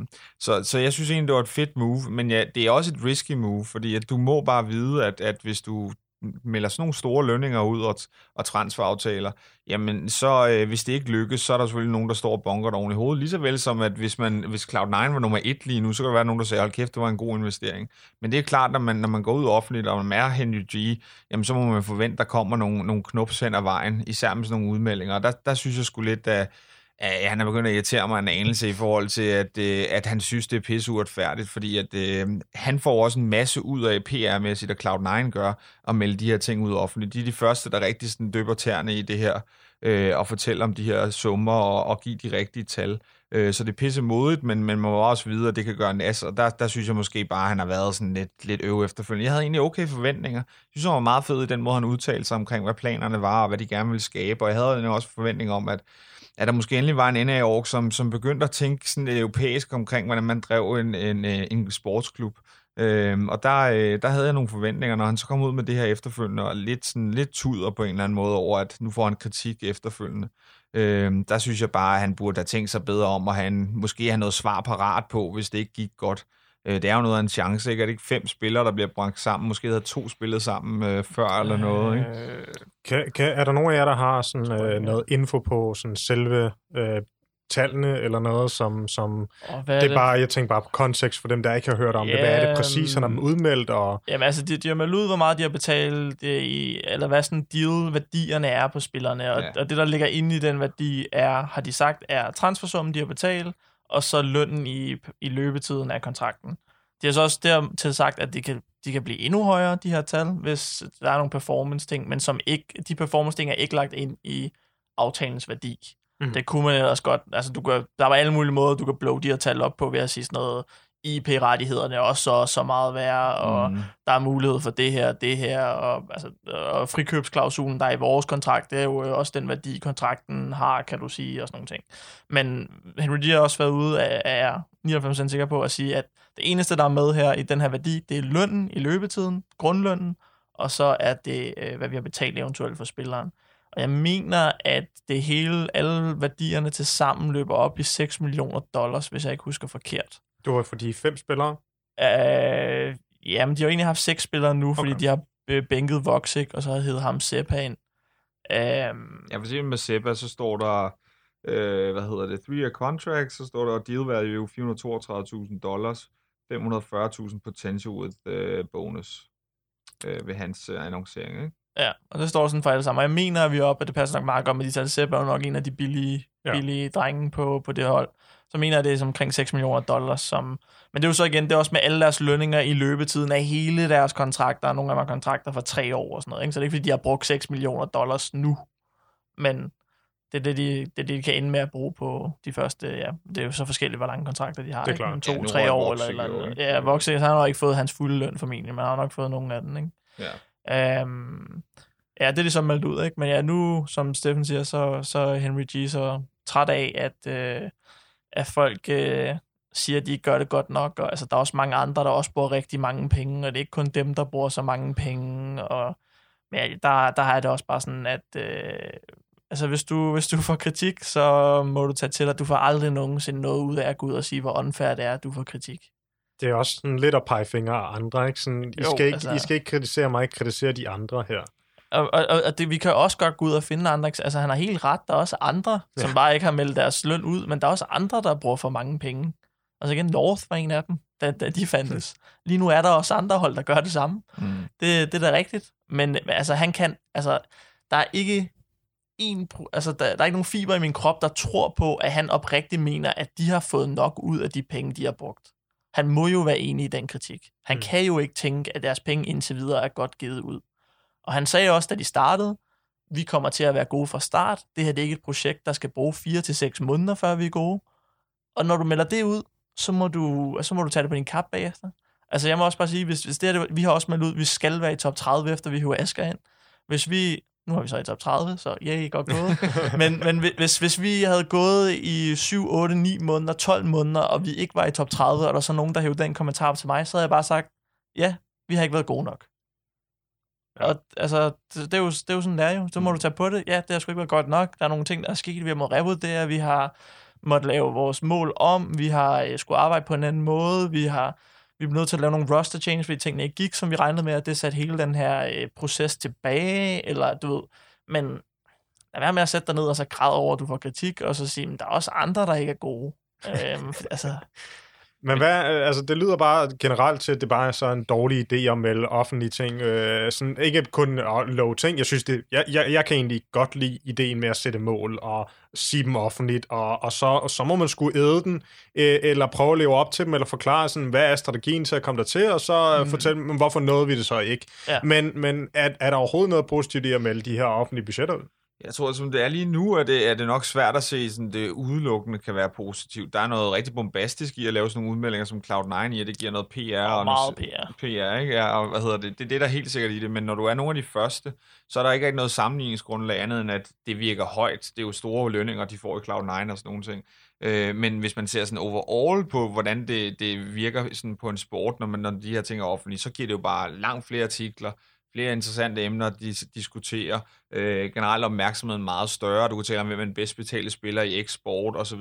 Så jeg synes egentlig, det var et fedt move, men ja, det er også et risky move, fordi at du må bare vide, at hvis du melder sådan nogle store lønninger ud og transferaftaler, jamen så hvis det ikke lykkes, så er der selvfølgelig nogen, der står og bonker dig oven i hovedet, lige så vel som at hvis Cloud9 var nummer 1 lige nu, så kan der være nogen, der siger, hold kæft, det var en god investering. Men det er klart, når man går ud offentligt, og man er Henry G, jamen så må man forvente, der kommer nogle knups hen ad vejen, især med sådan nogle udmeldinger. Og der synes jeg sgu lidt, at han er begyndt at irritere mig en anelse i forhold til, at han synes, det er pisse uretfærdigt, fordi at han får også en masse ud af PR-mæssigt, at Cloud9 gør, at melde de her ting ud offentligt. De er de første, der rigtig sådan døber tæerne i det her, og fortæller om de her summer og give de rigtige tal. Så det er pisse modigt, men man må også vide, at det kan gøre nas, og der synes jeg måske bare, at han har været sådan lidt efterfølgende. Jeg havde egentlig okay forventninger. Jeg synes, han var meget fed i den måde, han udtalte sig omkring, hvad planerne var, og hvad de gerne ville skabe, og jeg havde også forventninger om, at der måske endelig var en NA-org, som begyndte at tænke sådan lidt europæisk omkring, hvordan man drev en sportsklub. Og der havde jeg nogle forventninger, når han så kom ud med det her efterfølgende, og lidt tuder på en eller anden måde over, at nu får han kritik efterfølgende. Der synes jeg bare, at han burde have tænkt sig bedre om, og måske have noget svar parat på, hvis det ikke gik godt. Det er jo noget af en chance, ikke? Er det ikke 5 spillere, der bliver bragt sammen? Måske havde 2 spillet sammen før eller noget, ikke? Er der nogen af jer, der har sådan, noget info på sådan selve tallene eller noget, som det er bare, jeg tænker bare på kontekst for dem, der ikke har hørt om det. Hvad er det præcis, han har udmeldt? Og jamen altså, de har meldt ud, hvor meget de har betalt, eller hvad sådan deal-værdierne er på spillerne, og det, der ligger inde i den værdi, har de sagt, er transfersummen, de har betalt, og så lønnen i løbetiden af kontrakten. De har så også dertil sagt, at de kan blive endnu højere, de her tal, hvis der er nogle performance-ting, men de performance-ting er ikke lagt ind i aftalens værdi. Det kunne man ellers godt. Altså, der var alle mulige måder, du kan blow de her tal op på, ved at sige sådan noget, IP-rettighederne er også så meget værd, og der er mulighed for det her, og frikøbsklausulen, der er i vores kontrakt, det er jo også den værdi, kontrakten har, kan du sige, og sådan nogle ting. Men Henry G har også været ude er 99% sikker på at sige, at det eneste, der er med her i den her værdi, det er lønnen i løbetiden, grundlønnen, og så er det, hvad vi har betalt eventuelt for spilleren. Og jeg mener, at det hele, alle værdierne til sammen løber op i $6 millioner, hvis jeg ikke husker forkert. Det var for de 5 spillere? Jamen, de har egentlig haft 6 spillere nu, fordi de har bænket Voxic, og så har heddet ham Seppa ind. Ja, for eksempel med Seppa, så står der, 3-year contract, så står der deal value $432,000, $540,000 potential with bonus ved hans annoncering, ikke? Ja, og det står sådan for alle sammen. Og jeg mener, at vi er oppe, at det passer nok meget godt med de tal. Sepp er jo nok en af de billige drenge på det hold. Så mener jeg, det er som omkring $6 millioner, som... Men det er jo så igen, det er også med alle deres lønninger i løbetiden af hele deres kontrakter. Nogle af dem har kontrakter for 3 år og sådan noget, ikke? Så det er ikke, fordi de har brugt $6 millioner nu. Men det er det, de kan ende med at bruge på de første... Ja, det er jo så forskelligt, hvor lange kontrakter de har. Det er klart. 2-3 år eller andet. Ja, Voxie, han har nok ikke fået hans fulde løn formentlig, men han har nok fået nogle af den, ikke? Ja. Ja, det er ligesom meldt ud, ikke? Men ja, nu, som Steffen siger, så er Henry G så træt af, at folk siger, at de ikke gør det godt nok, og altså, der er også mange andre, der også bruger rigtig mange penge, og det er ikke kun dem, der bruger så mange penge, og men ja, der har jeg det også bare sådan, at altså, hvis du får kritik, så må du tage til dig, du får aldrig nogensinde noget ud af at gå ud og sige, hvor unfair det er, at du får kritik. Det er også sådan lidt at pege fingre af andre, ikke? Sådan, I skal ikke kritisere mig, kritisere de andre her. Og det, vi kan også godt gå ud og finde andre. Altså, han har helt ret. Der er også andre, som bare ikke har meldt deres løn ud, men der er også andre, der bruger for mange penge. Altså igen, North var en af dem, da de fandtes. Lige nu er der også andre hold, der gør det samme. Det er da rigtigt. Men altså, han kan... Altså, der er ikke... der er ikke nogen fiber i min krop, der tror på, at han oprigtigt mener, at de har fået nok ud af de penge, de har brugt. Han må jo være enig i den kritik. Han kan jo ikke tænke, at deres penge indtil videre er godt givet ud. Og han sagde også, da de startede, vi kommer til at være gode fra start. Det her det er ikke et projekt, der skal bruge 4 til 6 måneder, før vi er gode. Og når du melder det ud, så må du tage det på din kap bagefter. Altså jeg må også bare sige, hvis det er det, vi har også meldt ud, vi skal være i top 30, efter vi hiver Asger ind. Nu har vi så i top 30, så godt gået. men hvis vi havde gået i 7, 8, 9 måneder, 12 måneder, og vi ikke var i top 30, og der er så nogen, der hævde den kommentar op til mig, så havde jeg bare sagt, ja, vi har ikke været gode nok. Ja. Og altså, det er jo sådan, det er jo. Så må du tage på det. Ja, det har sgu ikke været godt nok. Der er nogle ting, der er sket. Vi har måttet revurdere. Vi har måttet lave vores mål om. Vi har skulle arbejde på en anden måde. Vi er nødt til at lave nogle roster changes, fordi tingene ikke gik, som vi regnede med, at det satte hele den her proces tilbage, eller du ved. Men lad være med at sætte dig ned og så græde over, at du får kritik, og så sige, at der er også andre, der ikke er gode. Altså... Men det lyder bare generelt til, at det bare er så en dårlig idé at melde offentlige ting. Sådan, ikke kun love ting. Jeg synes, jeg kan egentlig godt lide ideen med at sætte mål og sige dem offentligt, og så må man skulle æde den, eller prøve at leve op til dem, eller forklare, sådan, hvad er strategien til at komme der til, og så fortælle, hvorfor nåede vi det så ikke. Ja. Men er der overhovedet noget positivt i at melde de her offentlige budgetter ud? Jeg tror, som det er lige nu, er det nok svært at se, sådan det udelukkende kan være positivt. Der er noget rigtig bombastisk i at lave sådan nogle udmeldinger som Cloud9 i, at det giver noget PR. Og meget PR, ikke? Ja, og det er det, der er helt sikkert i det. Men når du er nogle af de første, så er der ikke noget sammenligningsgrundlag andet, end at det virker højt. Det er jo store lønninger, de får i Cloud9 og sådan nogle ting. Men hvis man ser sådan overall på, hvordan det virker sådan på en sport, når de her ting er offentlige, så giver det jo bare langt flere artikler, flere interessante emner, de diskuterer. Generelt opmærksomheden meget større. Du kan tale om, hvem er den bedst betalte spiller i eksport, osv.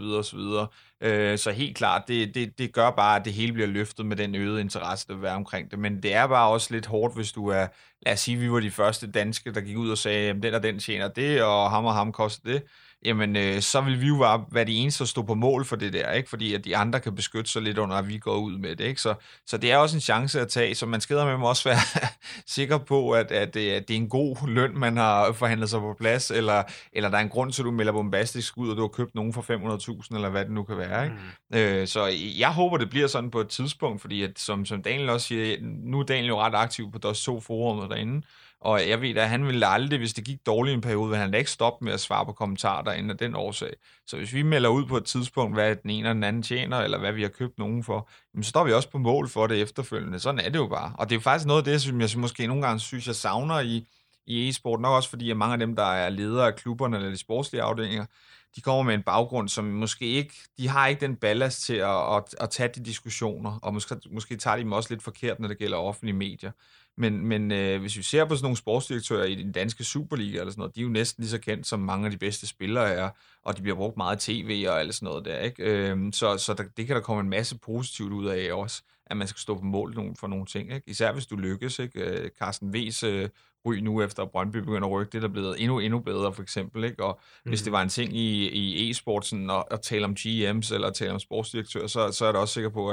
Så helt klart, det gør bare, at det hele bliver løftet med den øgede interesse, der vil være omkring det. Men det er bare også lidt hårdt, hvis du er... Lad os sige, vi var de første danske, der gik ud og sagde, at den og den tjener det, og ham koster det. Jamen, så vil vi jo bare være de eneste, der stå på mål for det der, ikke? Fordi at de andre kan beskytte sig lidt under, at vi går ud med det, ikke? Så det er også en chance at tage, så man skal med også være sikker på, at det er en god løn, man har forhandlet sig på plads, eller der er en grund til, at du melder bombastisk ud, og du har købt nogen for 500.000, eller hvad det nu kan være, ikke? Så jeg håber, det bliver sådan på et tidspunkt, fordi at, som Daniel også siger, nu er Daniel jo ret aktiv på DOS2 forumet derinde, og jeg ved at han ville aldrig, hvis det gik dårligt i en periode, vil han da ikke stoppe med at svare på kommentarer derinde af den årsag. Så hvis vi melder ud på et tidspunkt, hvad den ene og den anden tjener, eller hvad vi har købt nogen for, så står vi også på mål for det efterfølgende. Sådan er det jo bare. Og det er jo faktisk noget af det, som jeg måske nogle gange synes, jeg savner i e-sport, nok også fordi, at mange af dem, der er ledere af klubberne eller de sportslige afdelinger, de kommer med en baggrund, som måske ikke, de har ikke den ballast til at tage de diskussioner, og måske tager de dem også lidt forkert, når det gælder offentlige medier. Men hvis vi ser på sådan nogle sportsdirektører i den danske Superliga eller sådan noget, de er jo næsten lige så kendt, som mange af de bedste spillere er, og de bliver brugt meget i tv og alt sådan noget der, ikke? Så det kan der komme en masse positivt ud af også, at man skal stå på mål for nogle ting, ikke? Især hvis du lykkes, ikke? Carsten V's ryg nu efter Brøndby begynder at rykke, det er der blevet endnu bedre for eksempel, ikke? Og hvis det var en ting i e-sport sådan at tale om GM's eller at tale om sportsdirektører, så er jeg da også sikker på, at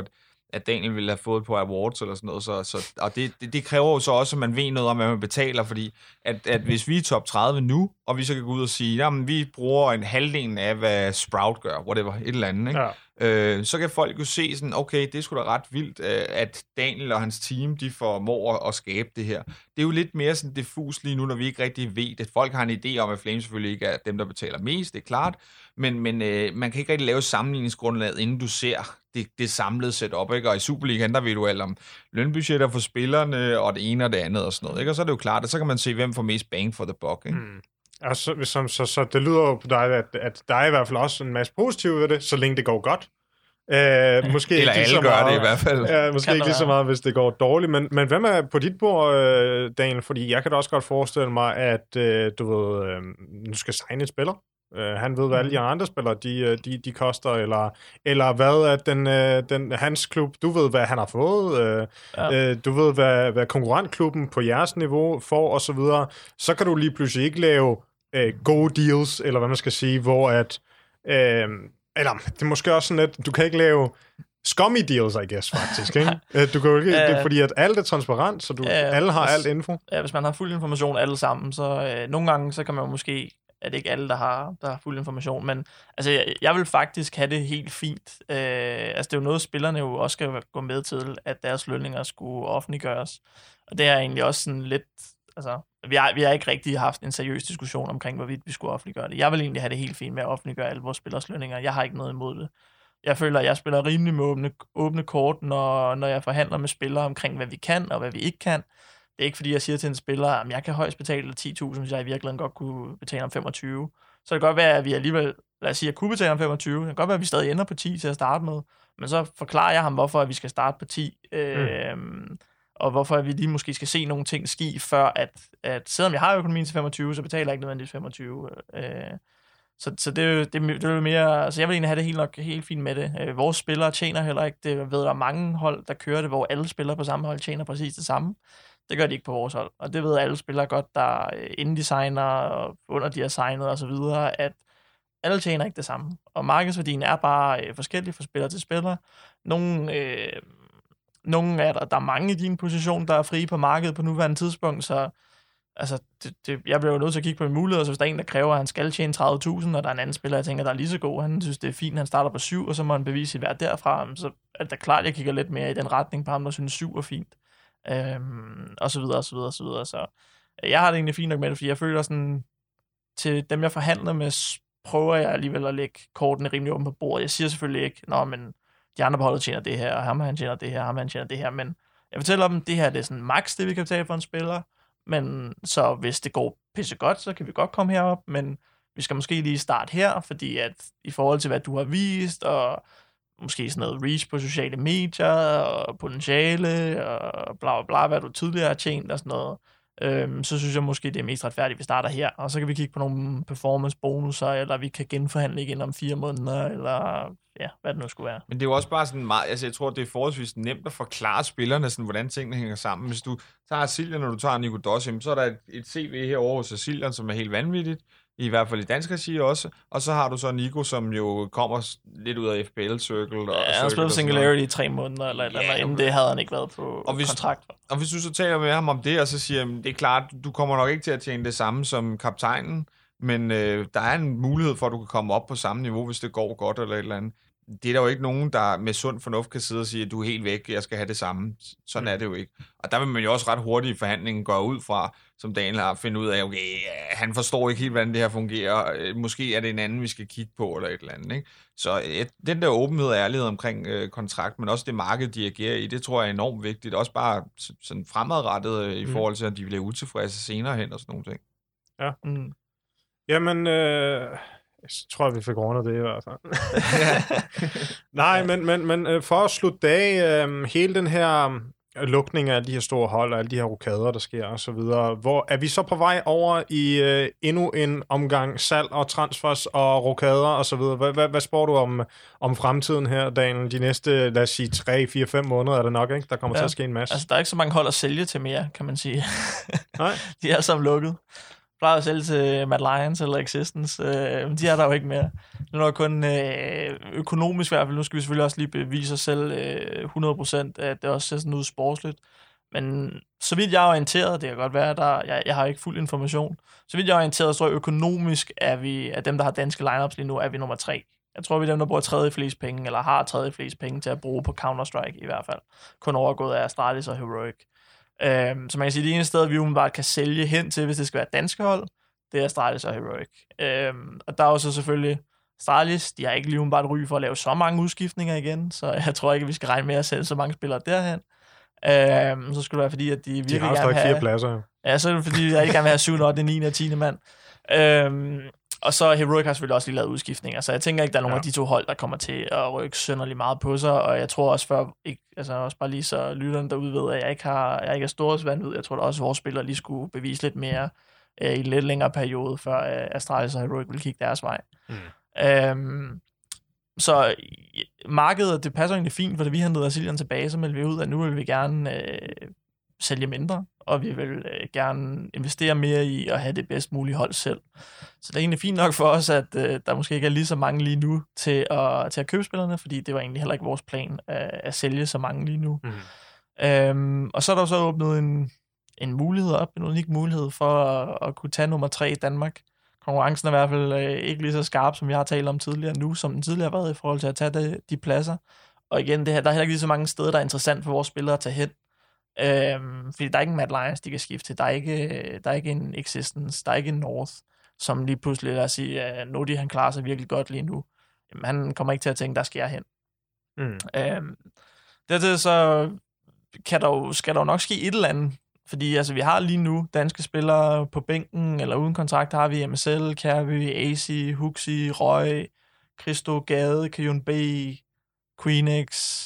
at Daniel ville have fået på awards eller sådan noget. Og det kræver jo så også, at man ved noget om, hvad man betaler, fordi at hvis vi er top 30 nu, og vi så kan gå ud og sige, jamen vi bruger en halvdelen af, hvad Sprout gør, whatever, et eller andet, ikke? Ja. Så kan folk jo se sådan, okay, det er sgu da ret vildt, at Daniel og hans team, de formår at skabe det her. Det er jo lidt mere sådan diffus lige nu, når vi ikke rigtig ved det. Folk har en idé om, at Flames selvfølgelig ikke er dem, der betaler mest, det er klart, men man kan ikke rigtig lave sammenligningsgrundlaget, inden du ser det samlede setup, ikke? Og i Superligaen, der ved du alt om lønbudgetter for spillerne, og det ene og det andet og sådan noget, ikke? Og så er det jo klart, at så kan man se, hvem får mest bang for the buck, ikke? Altså, så det lyder jo på dig, at der er i hvert fald også en masse positivt ved det, så længe det går godt. Måske eller ikke alle gør meget, det i hvert fald. Ja, måske ikke lige så meget, hvis det går dårligt. Men hvem er på dit bord, Daniel? Fordi jeg kan da også godt forestille mig, at du ved, nu skal signe et spiller. Han ved, hvad alle de andre spillere, de koster, eller hvad er hans klub, du ved, hvad han har fået, du ved, hvad konkurrentklubben på jeres niveau får, og så videre. Så kan du lige pludselig ikke lave gode deals, eller hvad man skal sige, hvor at, eller det er måske også sådan lidt, du kan ikke lave scummy deals, I guess, faktisk, ikke? Du kan jo ikke, det er fordi, at alt er transparent, så alle har alt info. Ja, hvis man har fuld information alle sammen, så nogle gange, så kan man jo måske, at det ikke alle, der har fuld information, men altså, jeg vil faktisk have det helt fint. Altså, det er jo noget, spillerne jo også skal gå med til, at deres lønninger skulle offentliggøres. Og det er egentlig også sådan lidt, altså, vi har ikke rigtig haft en seriøs diskussion omkring, hvorvidt vi skulle offentliggøre det. Jeg vil egentlig have det helt fint med at offentliggøre alle vores spillers lønninger. Jeg har ikke noget imod det. Jeg føler, at jeg spiller rimelig med åbne kort, når jeg forhandler med spillere omkring, hvad vi kan og hvad vi ikke kan. Det er ikke fordi, jeg siger til en spiller, at jeg kan højst betale 10.000, hvis jeg i virkeligheden godt kunne betale om 25. Så det kan godt være, at vi alligevel, lad os sige, at jeg kunne betale om 25. Det kan godt være, at vi stadig ender på 10 til at starte med. Men så forklarer jeg ham, hvorfor vi skal starte på 10. Og hvorfor vi lige måske skal se nogle ting ske, før at selvom jeg har økonomien til 25, så betaler jeg ikke nødvendigvis 25. Så det er mere, altså jeg vil egentlig have det helt fint med det. Vores spillere tjener heller ikke. Det ved der er mange hold, der kører det, hvor alle spillere på samme hold tjener præcis det samme. Det gør de ikke på vores hold. Og det ved alle spillere godt, der inden de signer, og under de har signet og så videre, at alle tjener ikke det samme. Og markedsværdien er bare forskellig fra spiller til spiller. Nogle er der er mange i din position, der er frie på markedet på nuværende tidspunkt, så altså, jeg bliver jo nødt til at kigge på en mulighed, så hvis der er en, der kræver, at han skal tjene 30.000, og der er en anden spiller, jeg tænker, der er lige så god, han synes, det er fint, han starter på 7, og så må han bevise sit værd derfra, så er det klart, jeg kigger lidt mere i den retning på ham, der synes 7 er fint, og så videre, og så videre, og så videre, så jeg har det egentlig fint nok med det, fordi jeg føler sådan, til dem, jeg forhandler med, prøver jeg alligevel at lægge kortene rimelig åbent på bordet. Jeg siger selvfølgelig ikke, men de andre på holdet tjener det her, og ham han tjener det her, ham han tjener det her, men jeg fortæller dem, det her det er sådan max, det vi kan betale for en spiller, men så hvis det går pisse godt, så kan vi godt komme herop, men vi skal måske lige starte her, fordi at i forhold til, hvad du har vist, og måske sådan noget reach på sociale medier, og potentiale, og bla bla bla, hvad du tidligere har tjent, og sådan noget, så synes jeg måske, det er mest retfærdigt, at vi starter her, og så kan vi kigge på nogle performance-bonusser, eller vi kan genforhandle igen om 4 måneder, eller ja, hvad det nu skulle være. Men det er jo også bare sådan meget, altså jeg tror, det er forholdsvis nemt at forklare spillerne, sådan, hvordan tingene hænger sammen. Hvis du tager Siljan, når du tager Nico Dossim, så er der et CV herovre hos Siljan, som er helt vanvittigt, i hvert fald i dansk regi også, og så har du så Nico, som jo kommer lidt ud af FPL-circle. Ja, han har spillet Singularity i 3 måneder, eller inden det havde han ikke været på kontrakt. Og hvis du så taler med ham om det, og så siger, det er klart, du kommer nok ikke til at tjene det samme som kaptajnen, men der er en mulighed for, at du kan komme op på samme niveau, hvis det går godt eller et eller andet. Det er der jo ikke nogen, der med sund fornuft kan sidde og sige, at du er helt væk, jeg skal have det samme. Sådan er det jo ikke. Og der vil man jo også ret hurtigt i forhandlingen gå ud fra, som Daniel har, finde ud af, okay, han forstår ikke helt, hvordan det her fungerer. Måske er det en anden, vi skal kigge på, eller et eller andet. Ikke? Så den der åbenhed og ærlighed omkring kontrakt, men også det marked, de agerer i, det tror jeg er enormt vigtigt. Også bare sådan fremadrettet i forhold til, at de bliver utilfredse senere hen og sådan nogle ting. Ja. Jamen, jeg tror, vi fik rundet det i hvert fald. Nej, men for at slutte af, hele den her lukning af alle de her store hold, og alle de her rokader, der sker, og så videre, hvor er vi så på vej over i endnu en omgang salg og transfers og rokader, og så videre? Hvad spår du om fremtiden her, Daniel? De næste, lad os sige, 3, 4, 5 måneder er det nok, ikke? Der kommer til at ske en masse. Altså, der er ikke så mange hold at sælge til mere, kan man sige. Nej. De er alle sammen lukket. plejer at sælge til Mad Lions eller Existence. De er der jo ikke mere. Nu er der kun økonomisk i hvert fald. Nu skal vi selvfølgelig også lige bevise os selv 100%, at det også ser sådan ud sportsligt. Men så vidt jeg er orienteret, det kan godt være, jeg har ikke fuld information, så vidt jeg er orienteret, så økonomisk er vi, af dem, der har danske lineups lige nu, er vi nummer 3. Jeg tror, vi er dem, der bruger tredje flest penge, eller har tredje flest penge til at bruge på Counter-Strike i hvert fald. Kun overgået af Astralis og Heroic. Så man kan sige, at de eneste steder, vi umiddelbart kan sælge hen til, hvis det skal være danske hold, det er Astralis og Heroic. Og der er også selvfølgelig Astralis, de har ikke lige umiddelbart ry for at lave så mange udskiftninger igen, så jeg tror ikke, at vi skal regne med at sælge så mange spillere derhen. Så skulle det være, fordi at de virkelig gerne vil have 4 pladser. Ja, så er det fordi, jeg ikke gerne vil have 7, 8, 9 og 10 mand. Og så Heroic har selvfølgelig også lige lavet udskiftninger, så jeg tænker ikke, der er nogen af de to hold, der kommer til at rykke synderligt meget på sig, og jeg tror også også bare lige så lytterne derude ved, at jeg ikke er storhedsvanvid. Jeg tror da også, at vores spillere lige skulle bevise lidt mere i en lidt længere periode, før Astralis og Heroic vil kigge deres vej. Så markedet, det passer egentlig fint, for vi hentede Asilian tilbage, så meldte vi ud, at nu vil vi gerne sælge mindre, og vi vil gerne investere mere i at have det bedst mulige hold selv. Så det er egentlig fint nok for os, at der måske ikke er lige så mange lige nu til at købe spillerne, fordi det var egentlig heller ikke vores plan at sælge så mange lige nu. Og så er der så åbnet en mulighed op, en unik mulighed for at kunne tage nummer 3 i Danmark. Konkurrencen er i hvert fald ikke lige så skarp, som jeg har talt om tidligere nu, som den tidligere har været i forhold til at tage de pladser. Og igen, der er heller ikke lige så mange steder, der er interessant for vores spillere at tage hen. Fordi der er ikke en Mad Lions, de kan skifte til. Der er ikke en Existence, der er ikke en North, som lige pludselig, lad os sige, at Nodi, han klarer sig virkelig godt lige nu. Jamen, han kommer ikke til at tænke, der skal jeg hen. Dertil så skal der jo nok ske et eller andet. Fordi altså, vi har lige nu danske spillere på bænken, eller uden kontrakt har vi MSL, Kærby, AC, Huxi, Røg, Christo, Gade, Kajun B, Queenix,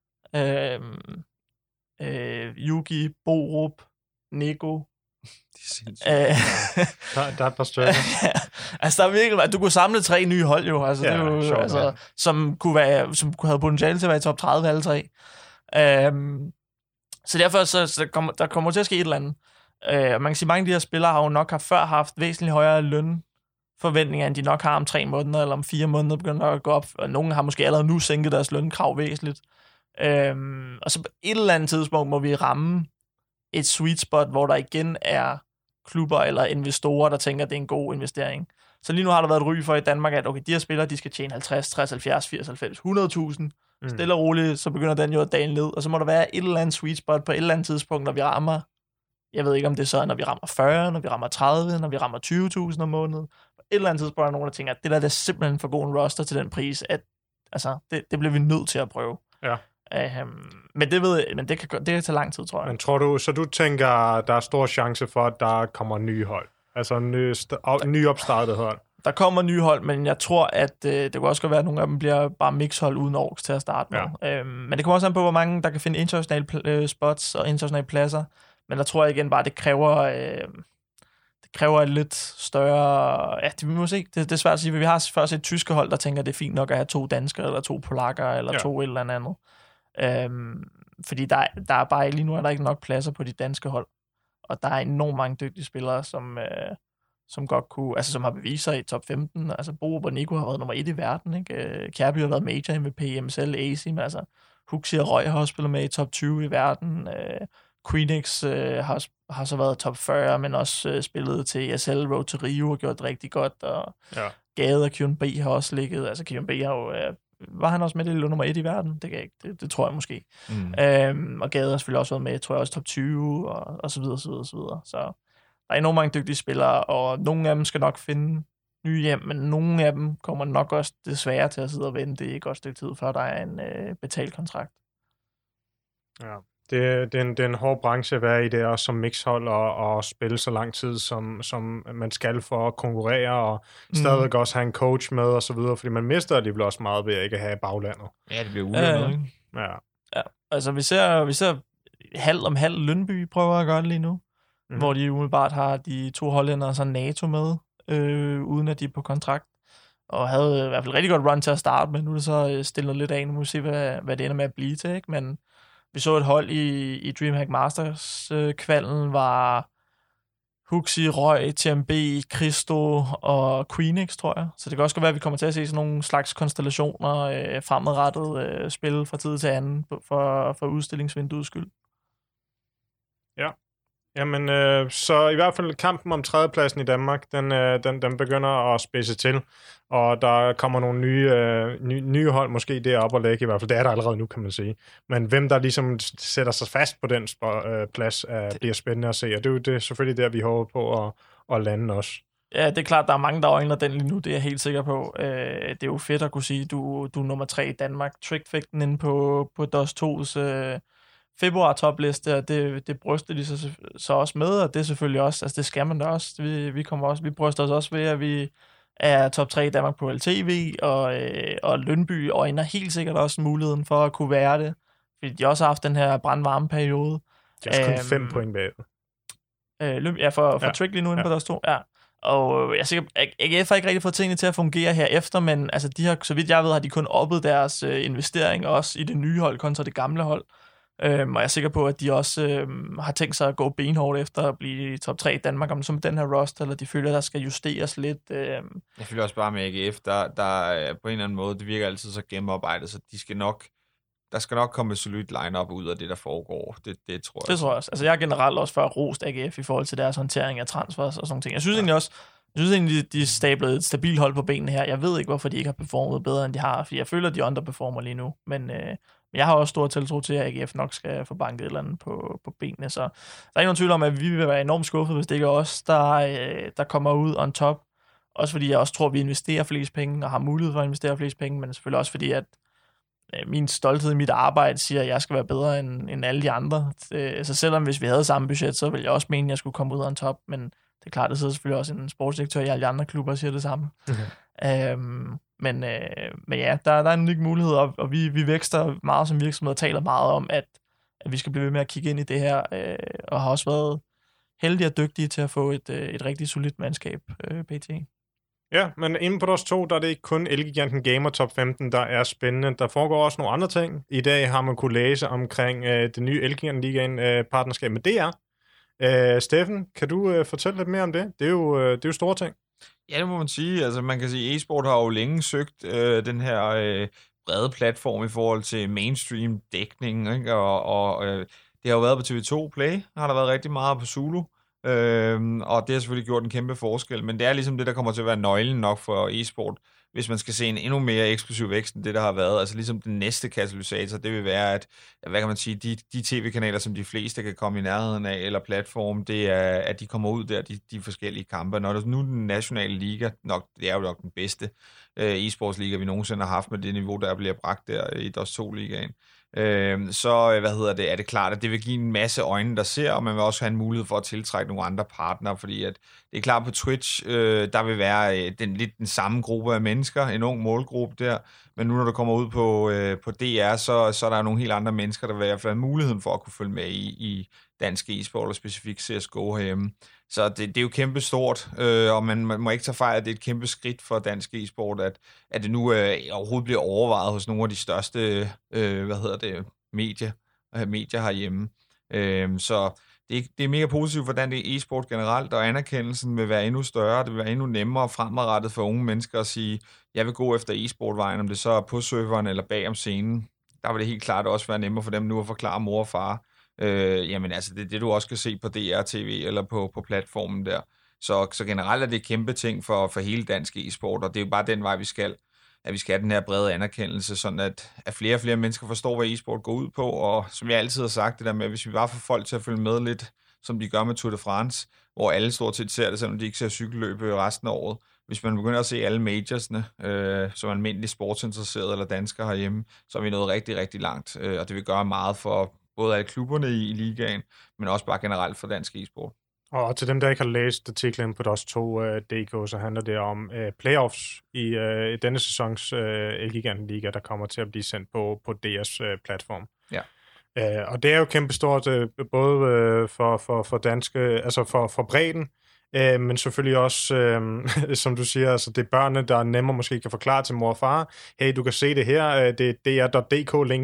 Yugi, Borup, Nico. Der er et par stykker. Altså, der er virkelig, du kunne samle 3 nye hold jo, altså, det er jo, sjovt, altså, som kunne have potentiale til at være i top 30 alle 3. Så derfor der kommer til at ske et eller andet. Og man kan sige, at mange af de her spillere har jo nok før haft væsentligt højere lønforventninger, end de nok har om 3 måneder, eller om 4 måneder begynder at gå op. Og nogle har måske allerede nu sænket deres lønkrav væsentligt. Og så på et eller andet tidspunkt må vi ramme et sweet spot, hvor der igen er klubber eller investorer, der tænker, at det er en god investering. Så lige nu har der været et ry for i Danmark, at okay, de her spillere, de skal tjene 50, 60, 70, 80, 90, 100.000. Stille og roligt, så begynder den jo at dale ned, og så må der være et eller andet sweet spot på et eller andet tidspunkt, når vi rammer, jeg ved ikke om det er så, når vi rammer 40, når vi rammer 30, når vi rammer 20.000 om måneden. På et eller andet tidspunkt er der nogen, der tænker, at det der er simpelthen for god en roster til den pris, at altså, det bliver vi nødt til at prøve. Ja. Men det kan tage lang tid, tror jeg. Men tror du, så du tænker, der er stor chance for, at der kommer nye hold? Altså nyopstartet hold? Der kommer nye hold, men jeg tror, at det kan også godt være, at nogle af dem bliver bare mixhold uden orks til at starte med. Ja. Men det kommer også an på, hvor mange der kan finde internationale spots og internationale pladser. Men der tror jeg igen bare, at det kræver et lidt større... Ja, vi må se. Det er svært at sige, vi har først et tyske hold, der tænker, at det er fint nok at have 2 danskere, eller 2 polakker, eller 2 et eller andet. Fordi der er bare lige nu er der ikke nok pladser på de danske hold. Og der er enormt mange dygtige spillere, som godt kunne, altså som har bevist sig i top 15. Altså Borup og Nico har været nummer 1 i verden, ikke? Kærby har været major MVP, MSL, AC, men altså Huxi og Røg har også spillet med i top 20 i verden. Queenix har så været top 40, men også spillet til ESL, Road to Rio og gjort det rigtig godt. Og Gade og Kajun B har også ligget. Altså Kajun B har jo... var han også med det nummer 1 i verden? Det kan jeg ikke. Det tror jeg måske. Og Gade har selvfølgelig også været med, tror jeg også top 20 og så videre, så videre, så videre. Så der er enormt mange dygtige spillere, og nogle af dem skal nok finde nye hjem, men nogle af dem kommer nok også desværre til at sidde og vente i et godt stykke tid, før der er en betalt kontrakt. Ja, det er en hård branche at være i det, også som mixhold og spille så lang tid, som man skal for at konkurrere, og stadigvæk også have en coach med, og så videre, fordi man mister alligevel også meget ved at ikke have baglandet. Ja, det bliver ulemmet, ikke? Ja, altså vi ser halv om halv Lyngby prøver at gøre det lige nu, hvor de umiddelbart har de 2 hollændere og så NATO med, uden at de er på kontrakt, og havde i hvert fald rigtig godt run til at starte med. Nu er det så stillet lidt af, nu må vi se, hvad det ender med at blive til, ikke? Men vi så et hold i DreamHack Masters kvalden var Huxi, Røg, TMB, Christo og Queenix, tror jeg. Så det kan også godt være, at vi kommer til at se sådan nogle slags konstellationer fremadrettet spil fra tid til anden for udstillingsvinduets skyld. Ja. Jamen, så i hvert fald kampen om tredjepladsen i Danmark, den begynder at spidse til, og der kommer nogle nye hold måske deroppe og lægge i hvert fald. Det er der allerede nu, kan man sige. Men hvem der ligesom sætter sig fast på den plads, bliver spændende at se, og det er jo selvfølgelig der, vi håber på at lande også. Ja, det er klart, der er mange, der øjner den lige nu, det er jeg helt sikker på. Det er jo fedt at kunne sige, du er nummer 3 i Danmark. Trickfægten inde på DOS 2's februar-topliste, og det bryster de så også med, og det er selvfølgelig også, altså det skal man da også. Vi bryster os også ved, at vi er top 3 i Danmark på LTV, og Lyngby øjner helt sikkert også muligheden for at kunne være det, fordi de også har haft den her brandvarme periode. Det er også kun 5 point bag. For Trick lige nu inde på DOS 2, ja. Og jeg er sikker, AGF har ikke rigtig fået tingene til at fungere herefter, men altså de har, så vidt jeg ved, har de kun oppet deres investering også i det nye hold kontra det gamle hold. Og jeg er sikker på, at de også har tænkt sig at gå benhårdt efter at blive top 3 i Danmark, om som den her roster, eller de føler, at der skal justeres lidt. Jeg føler også bare med AGF, der på en eller anden måde, det virker altid så gennemarbejdet, så der skal nok komme et solidt line-up ud af det, der foregår. Det tror jeg. Det tror jeg også. Altså jeg er generelt også for rost AGF i forhold til deres håndtering af transfers og sådan ting. Jeg synes egentlig, de stablede et stabilt hold på benene her. Jeg ved ikke, hvorfor de ikke har performet bedre, end de har, for jeg føler, at de underperformer lige nu. Men jeg har også stor tiltro til, at AGF nok skal få banket et eller andet på benene. Så der er ikke nogen tvivl om, at vi vil være enormt skuffet, hvis det ikke er os, der kommer ud on top. Også fordi jeg også tror, at vi investerer flest penge, og har mulighed for at investere flest penge, men selvfølgelig også fordi, at min stolthed i mit arbejde siger, at jeg skal være bedre end alle de andre. Så selvom hvis vi havde samme budget, så ville jeg også mene, at jeg skulle komme ud on top, men det er klart, der sidder selvfølgelig også en sportsdirektør i alle de andre klubber og siger det samme. Men ja, der er en unik mulighed, og vi vækster meget som virksomhed og taler meget om, at vi skal blive ved med at kigge ind i det her, og har også været heldige og dygtige til at få et rigtig solidt mandskab, pt. Ja, men inden på DOS 2, der er det ikke kun Elgiganten Gamer Top 15, der er spændende. Der foregår også nogle andre ting. I dag har man kunne læse omkring det nye Elgiganten Ligaen partnerskab med DR. Steffen, kan du fortælle lidt mere om det? Det er jo store ting. Ja, det må man sige. Altså, man kan sige, at e-sport har jo længe søgt den her brede platform i forhold til mainstream dækning, ikke? Og det har jo været på TV2 Play, har der været rigtig meget på Zulu, og det har selvfølgelig gjort en kæmpe forskel, men det er ligesom det, der kommer til at være nøglen nok for e-sport, hvis man skal se en endnu mere eksplosiv vækst end det, der har været. Altså ligesom den næste katalysator, det vil være, at, hvad kan man sige, de tv-kanaler, som de fleste kan komme i nærheden af, eller platform, det er, at de kommer ud der, de forskellige kampe. Når nu den nationale liga, det er jo nok den bedste e-sportsliga, vi nogensinde har haft med det niveau, der bliver bragt der i DOS 2-ligaen. Så er det klart, at det vil give en masse øjne, der ser, og man vil også have en mulighed for at tiltrække nogle andre partnere, fordi at det er klart på Twitch, der vil være lidt den samme gruppe af mennesker, en ung målgruppe der, men nu når du kommer ud på DR, så er der nogle helt andre mennesker, der vil i hvert fald have muligheden for at kunne følge med i dansk e-sport, og specifikt CSGO herhjemme. Så det er jo kæmpe stort, og man må ikke tage fejl, at det er et kæmpe skridt for dansk e-sport, at det nu overhovedet bliver overvejet hos nogle af de største medier herhjemme. Så det er mega positivt for dansk e-sport generelt, og anerkendelsen vil være endnu større, det vil være endnu nemmere fremadrettet for unge mennesker at sige, jeg vil gå efter e-sportvejen, om det så er på serveren eller bag om scenen. Der vil det helt klart også være nemmere for dem nu at forklare mor og far. Jamen altså, det er det, du også kan se på DR-TV eller på platformen der. Så generelt er det kæmpe ting for hele dansk e-sport, og det er jo bare den vej, vi skal. At vi skal have den her brede anerkendelse, sådan at flere og flere mennesker forstår, hvad e-sport går ud på, og som jeg altid har sagt, det der med, hvis vi bare får folk til at følge med lidt, som de gør med Tour de France, hvor alle stort set ser det, selvom de ikke ser cykelløbe resten af året. Hvis man begynder at se alle majorsne, som almindelige sportsinteresserede eller danskere herhjemme, så er vi nået rigtig, rigtig langt, og det vil gøre meget for både alle klubberne i ligaen, men også bare generelt for dansk e-sport. Og til dem, der ikke har læst artiklen på DOS2.dk, så handler det om playoffs i denne sæsons Elgiganten Liga, der kommer til at blive sendt på DR's platform. Ja. Og det er jo kæmpestort, både for danske, altså for bredden, men selvfølgelig også, som du siger, altså det er børnene, der nemmere måske kan forklare til mor og far, hey, du kan se det her, det er DR.dk-link,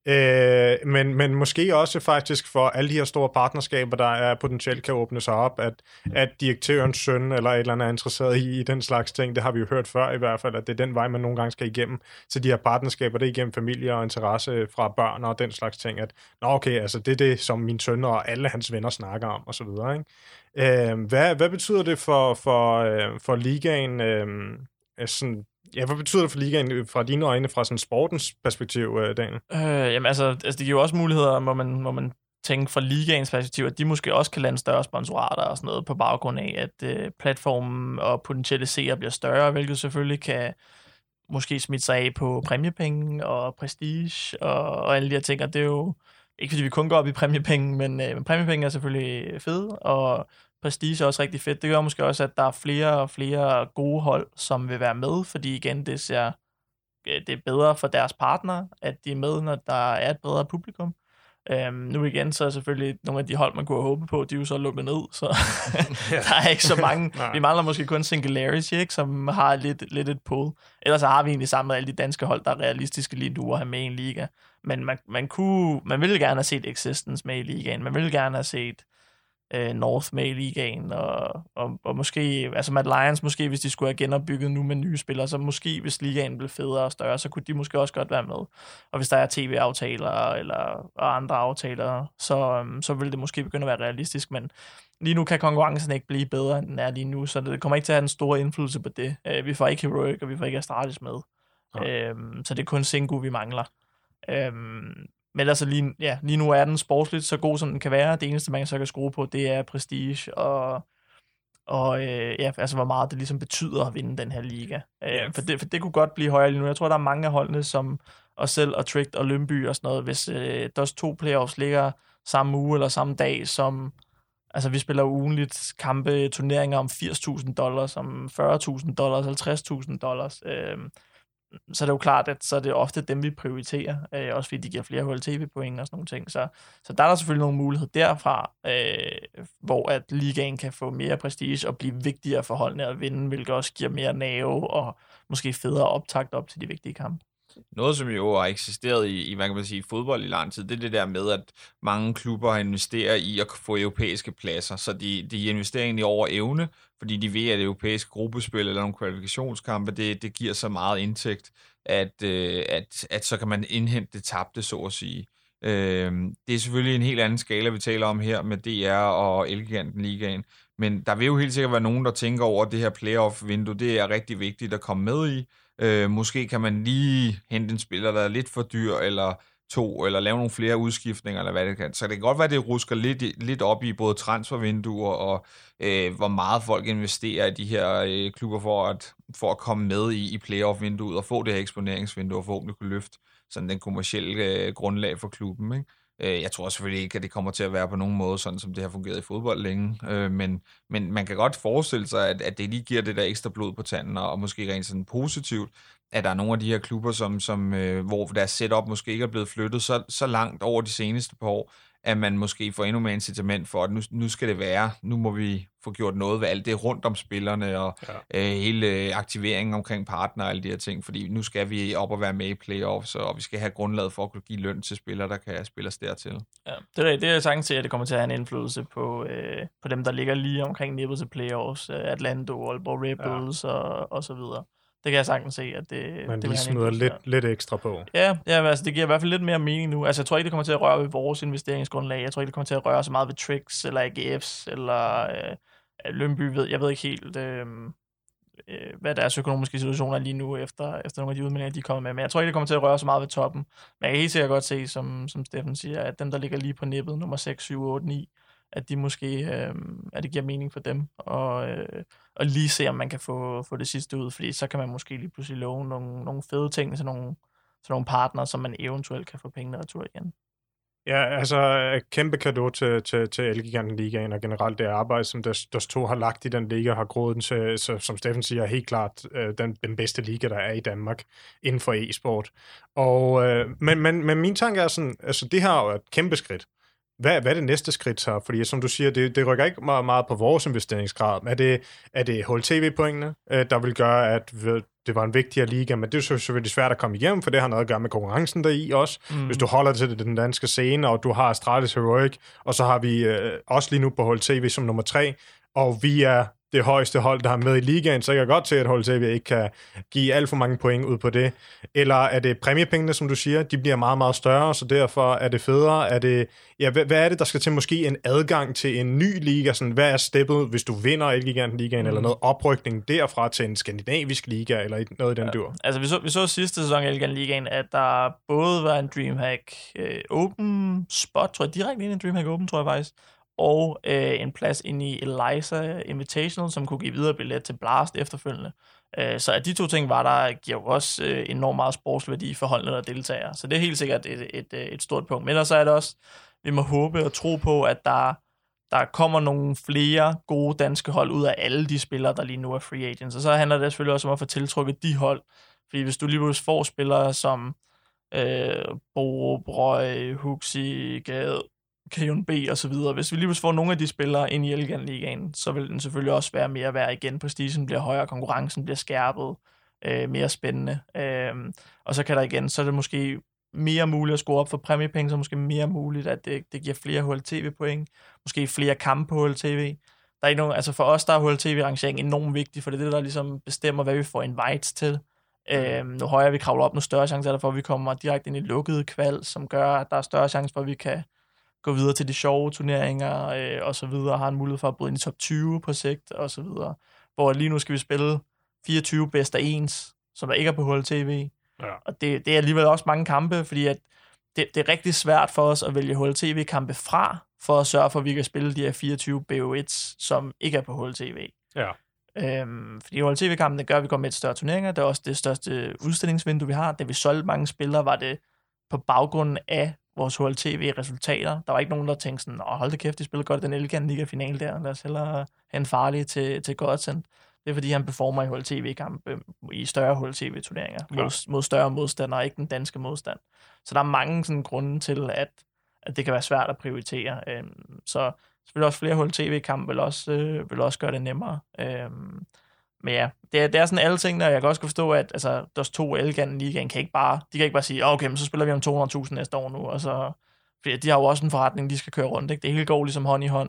Men måske også faktisk for alle de her store partnerskaber, der er potentielt kan åbne sig op, at direktørens søn eller et eller andet er interesseret i den slags ting. Det har vi jo hørt før i hvert fald, at det er den vej, man nogle gange skal igennem. Så de her partnerskaber, det er igennem familie og interesse fra børn og den slags ting, at okay, altså det er det, som min søn og alle hans venner snakker om, og så videre, ikke? Hvad betyder det for ligaen, sådan. Ja, hvad betyder det for ligaen fra dine øjne, fra sådan sportens perspektiv, Daniel? Jamen altså, det giver jo også muligheder, må man tænke fra ligaens perspektiv, at de måske også kan lande større sponsorater og sådan noget på baggrund af, at platformen og potentielle seere bliver større, hvilket selvfølgelig kan måske smitte sig af på præmiepenge og prestige og alle de her ting, og det er jo ikke fordi vi kun går op i præmiepenge, men præmiepenge er selvfølgelig fede, og prestige er også rigtig fedt. Det gør måske også, at der er flere og flere gode hold, som vil være med, fordi igen, det er bedre for deres partner, at de er med, når der er et bredere publikum. Nu igen, så er selvfølgelig nogle af de hold, man kunne have håbet på, de er jo så lukket ned, så der er ikke så mange. Vi mangler måske kun Singularity, ikke, som har lidt et pull. Ellers så har vi egentlig samlet alle de danske hold, der er realistiske lige nu at have med i en liga. Men man ville gerne have set Existence med i ligaen. Man ville gerne have set North med i ligaen, og måske, altså Mad Lions, måske hvis de skulle have genopbygget nu med nye spillere, så måske hvis ligaen blev federe og større, så kunne de måske også godt være med. Og hvis der er tv-aftaler og andre aftaler, så vil det måske begynde at være realistisk, men lige nu kan konkurrencen ikke blive bedre, end den er lige nu, så det kommer ikke til at have en stor indflydelse på det. Vi får ikke Heroic, og vi får ikke Astralis med. Så det er kun Singu, vi mangler. Men altså lige nu er den sportsligt så god, som den kan være. Det eneste, man så kan skrue på, det er prestige og altså hvor meget det ligesom betyder at vinde den her liga. For det kunne godt blive højere lige nu. Jeg tror, der er mange af holdene, som os selv og Tricked og Lønby og sådan noget, hvis DOS 2 playoffs ligger samme uge eller samme dag, som altså vi spiller ugenligt kampe, turneringer om $80,000, om $40,000, $50,000. Så er det jo klart, at så er det ofte dem, vi prioriterer, også fordi de giver flere HLTV-point og sådan nogle ting. Så der er der selvfølgelig nogle muligheder derfra, hvor at ligaen kan få mere prestige og blive vigtigere for holdene at vinde, hvilket også giver mere nerve og måske federe optakt op til de vigtige kampe. Noget, som jo har eksisteret i hvad kan man sige, fodbold i lang tid, det er det der med, at mange klubber investerer i at få europæiske pladser. Så de investerer egentlig over evne, fordi de ved, at europæiske gruppespil eller nogle kvalifikationskampe, det giver så meget indtægt, at så kan man indhente det tabte, så at sige. Det er selvfølgelig en helt anden skala, vi taler om her med DR og Elgiganten Ligaen, men der vil jo helt sikkert være nogen, der tænker over, at det her playoff-vindue, det er rigtig vigtigt at komme med i. Måske kan man lige hente en spiller, der er lidt for dyr, eller to, eller lave nogle flere udskiftninger, eller hvad det kan. Så det kan godt være, at det rusker lidt op i både transfervinduer, og hvor meget folk investerer i de her klubber for at komme med i playoff-vinduet, og få det her eksponeringsvindue, og forhåbentlig kunne løfte sådan den kommercielle grundlag for klubben, ikke? Jeg tror selvfølgelig ikke, at det kommer til at være på nogen måde, sådan som det har fungeret i fodbold længe, men man kan godt forestille sig, at det lige giver det der ekstra blod på tanden, og måske rent sådan positivt, at der er nogle af de her klubber, hvor deres setup måske ikke er blevet flyttet så langt over de seneste par år, at man måske får endnu mere incitament for, at nu skal det være, nu må vi få gjort noget ved alt det rundt om spillerne, og hele aktiveringen omkring partner og alle de her ting, fordi nu skal vi op og være med i playoffs, og vi skal have grundlaget for at kunne give løn til spillere, der kan spilles dertil. Ja, det er sagtens til, at det kommer til at have en indflydelse på dem, der ligger lige omkring nippet til playoffs, Atlanta, Aalborg Rebels og så videre. Det kan jeg sagtens se, at det... Man lige smider lidt ekstra på. Ja, altså det giver i hvert fald lidt mere mening nu. Altså jeg tror ikke, det kommer til at røre ved vores investeringsgrundlag. Jeg tror ikke, det kommer til at røre så meget ved Tricks, eller AGF's, eller Lønby. Jeg ved ikke helt, hvad deres økonomiske situationer er lige nu, efter nogle af de udmeldinger, de er kommet med. Men jeg tror ikke, det kommer til at røre så meget ved toppen. Men jeg kan helt sikkert godt se, som Steffen siger, at dem, der ligger lige på nippet, nummer 6, 7, 8, 9, at de måske, at det giver mening for dem, og lige se, om man kan få det sidste ud, fordi så kan man måske lige pludselig love nogle fede ting til nogle partnere, som man eventuelt kan få pengene retur igen. Ja, altså kæmpe cadeau til Elgiganten Ligaen, og generelt det arbejde, som DOS 2 har lagt i den liga, har groet den til, som Steffen siger, helt klart den bedste liga, der er i Danmark inden for e-sport. Men min tanke er sådan, altså det her er jo et kæmpe skridt. hvad er det næste skridt så? Fordi som du siger, det rykker ikke meget på vores investeringsgrad. Er det HLTV-pointene, der vil gøre, at det var en vigtigere liga, men det er jo selvfølgelig svært at komme igennem, for det har noget at gøre med konkurrencen deri også. Hvis du holder til den danske scene, og du har Astralis Heroic, og så har vi også lige nu på HLTV som nummer 3, og vi er det højeste hold, der er med i ligaen, så jeg kan godt se, at HLTV ikke kan give alt for mange point ud på det. Eller er det præmiepengene, som du siger, de bliver meget, meget større, så derfor er det federe. Hvad er det, der skal til? Måske en adgang til en ny liga? Sådan, hvad er steppet, hvis du vinder Elgiganten-ligaen, eller noget oprykning derfra til en skandinavisk liga, eller noget i den dur? Altså, vi så sidste sæson i Elgiganten-ligaen, at der både var en DreamHack Open spot, tror jeg, direkte ind i en DreamHack Open, tror jeg faktisk, og en plads inde i Eliza Invitational, som kunne give videre billet til Blast efterfølgende. Så at de to ting var der, giver jo også enormt meget sportsværdi for holdene, der deltager. Så det er helt sikkert et stort punkt. Men så er det også, vi må håbe og tro på, at der kommer nogle flere gode danske hold ud af alle de spillere, der lige nu er free agents. Og så handler det selvfølgelig også om at få tiltrukket de hold. Fordi hvis du lige pludselig får spillere som Bo, Brøg, Huxi, Gade, Kajon B og så videre. Hvis vi lige får nogle af de spillere ind i Elgiganten-ligaen, så vil den selvfølgelig også være mere værd igen. Prestigen bliver højere, konkurrencen bliver skærpet, mere spændende. Og så kan der igen, så er det måske mere muligt at score op for præmiepenge, så måske mere muligt, at det giver flere HLTV-point, måske flere kampe på HLTV. Der er ikke nogen, altså for os, der er HLTV-rangering enormt vigtig, for det er det, der ligesom bestemmer, hvad vi får invites til. Nu højere vi kravler op, nu større chance er der for, at vi kommer direkte ind i lukkede kval, som gør, at der er større chance for, at vi kan gå videre til de sjove turneringer og så videre, har en mulighed for at bryde ind i top 20 på sigt og så videre. Hvor lige nu skal vi spille 24 bedst af ens, som der ikke er på HLTV. Ja. Og det er alligevel også mange kampe, fordi at det er rigtig svært for os at vælge HLTV-kampe fra, for at sørge for, at vi kan spille de her 24 BO1, som ikke er på HLTV. Ja. Fordi HLTV-kampen gør, at vi går med et større turneringer. Det er også det største udstillingsvindue, vi har. Da vi solgte mange spillere, var det på baggrund af vores HLTV-resultater. Der var ikke nogen, der tænkte sådan, hold da kæft, de spiller godt den Elgiganten-liga-finale der. Lad os hellere have en farlig til Godsend. Det er, fordi han performer i HLTV-kampe i større HLTV-turneringer mod større modstandere, ikke den danske modstand. Så der er mange sådan grunde til, at det kan være svært at prioritere. Så selvfølgelig også flere HLTV-kampe vil også gøre det nemmere. Men ja, det er sådan alle tingene, og jeg kan også forstå, at altså, DOS 2 og Elgiganten-ligaen kan ikke bare sige, okay, men så spiller vi om 200.000 næste år nu, og så, fordi de har jo også en forretning, de skal køre rundt, ikke? Det hele går ligesom hånd i hånd.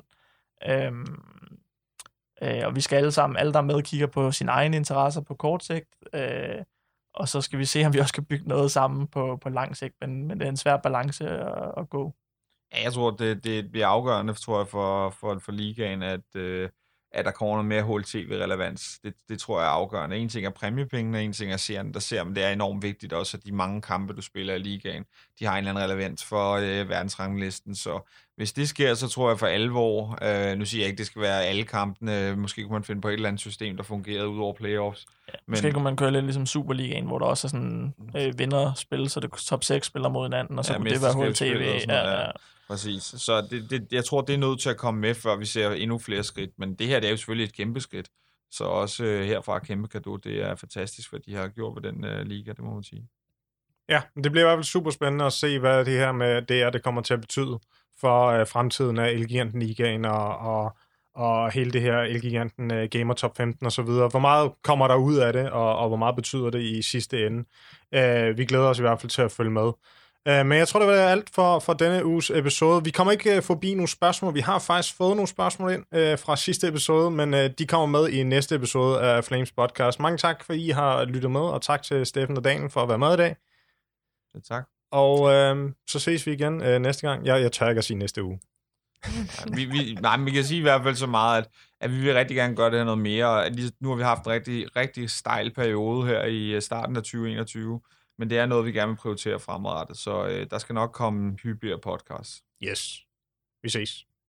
Og vi skal alle der er med, kigger på sine egne interesser på kort sigt, og så skal vi se, om vi også kan bygge noget sammen på lang sigt, men det er en svær balance at gå. Ja, jeg tror, det bliver afgørende, tror jeg, for ligaen, at der kommer noget mere HLTV-relevans. Det tror jeg er afgørende. En ting er præmiepengene, en ting er serien, der ser, men det er enormt vigtigt også, at de mange kampe, du spiller i ligaen, de har en eller anden relevans for verdensranglisten. Så hvis det sker, så tror jeg for alvor, nu siger jeg ikke, det skal være alle kampene, måske kunne man finde på et eller andet system, der fungerede ud over playoffs. Ja, måske kunne man køre lidt ligesom Superligaen, hvor der også er sådan vinderspil, så det top 6 spiller mod hinanden, og så kunne det være HLTV. Ja. Præcis. Så jeg tror, det er nødt til at komme med, før vi ser endnu flere skridt. Men det her, det er jo selvfølgelig et kæmpe skridt. Så også herfra kæmpe cadeau. Det er fantastisk, hvad de har gjort ved den liga, det må man sige. Ja, det bliver i hvert fald super spændende at se, hvad det her med det kommer til at betyde for fremtiden af Elgiganten-ligaen og hele det her Elgiganten Gamer Top 15 og så videre. Hvor meget kommer der ud af det, og hvor meget betyder det i sidste ende? Vi glæder os i hvert fald til at følge med. Men jeg tror, det var alt for denne uges episode. Vi kommer ikke forbi nogle spørgsmål. Vi har faktisk fået nogle spørgsmål ind fra sidste episode, men de kommer med i næste episode af Flames Podcast. Mange tak, for I har lyttet med, og tak til Steffen og Daniel for at være med i dag. Ja, tak. Og så ses vi igen næste gang. Jeg tør ikke at sige næste uge. Vi kan sige i hvert fald så meget, at vi vil rigtig gerne gøre det her noget mere. Nu har vi haft en rigtig, rigtig stejl periode her i starten af 2021, men det er noget, vi gerne vil prioritere fremadrettet, så der skal nok komme hyppigere podcasts. Yes. Vi ses.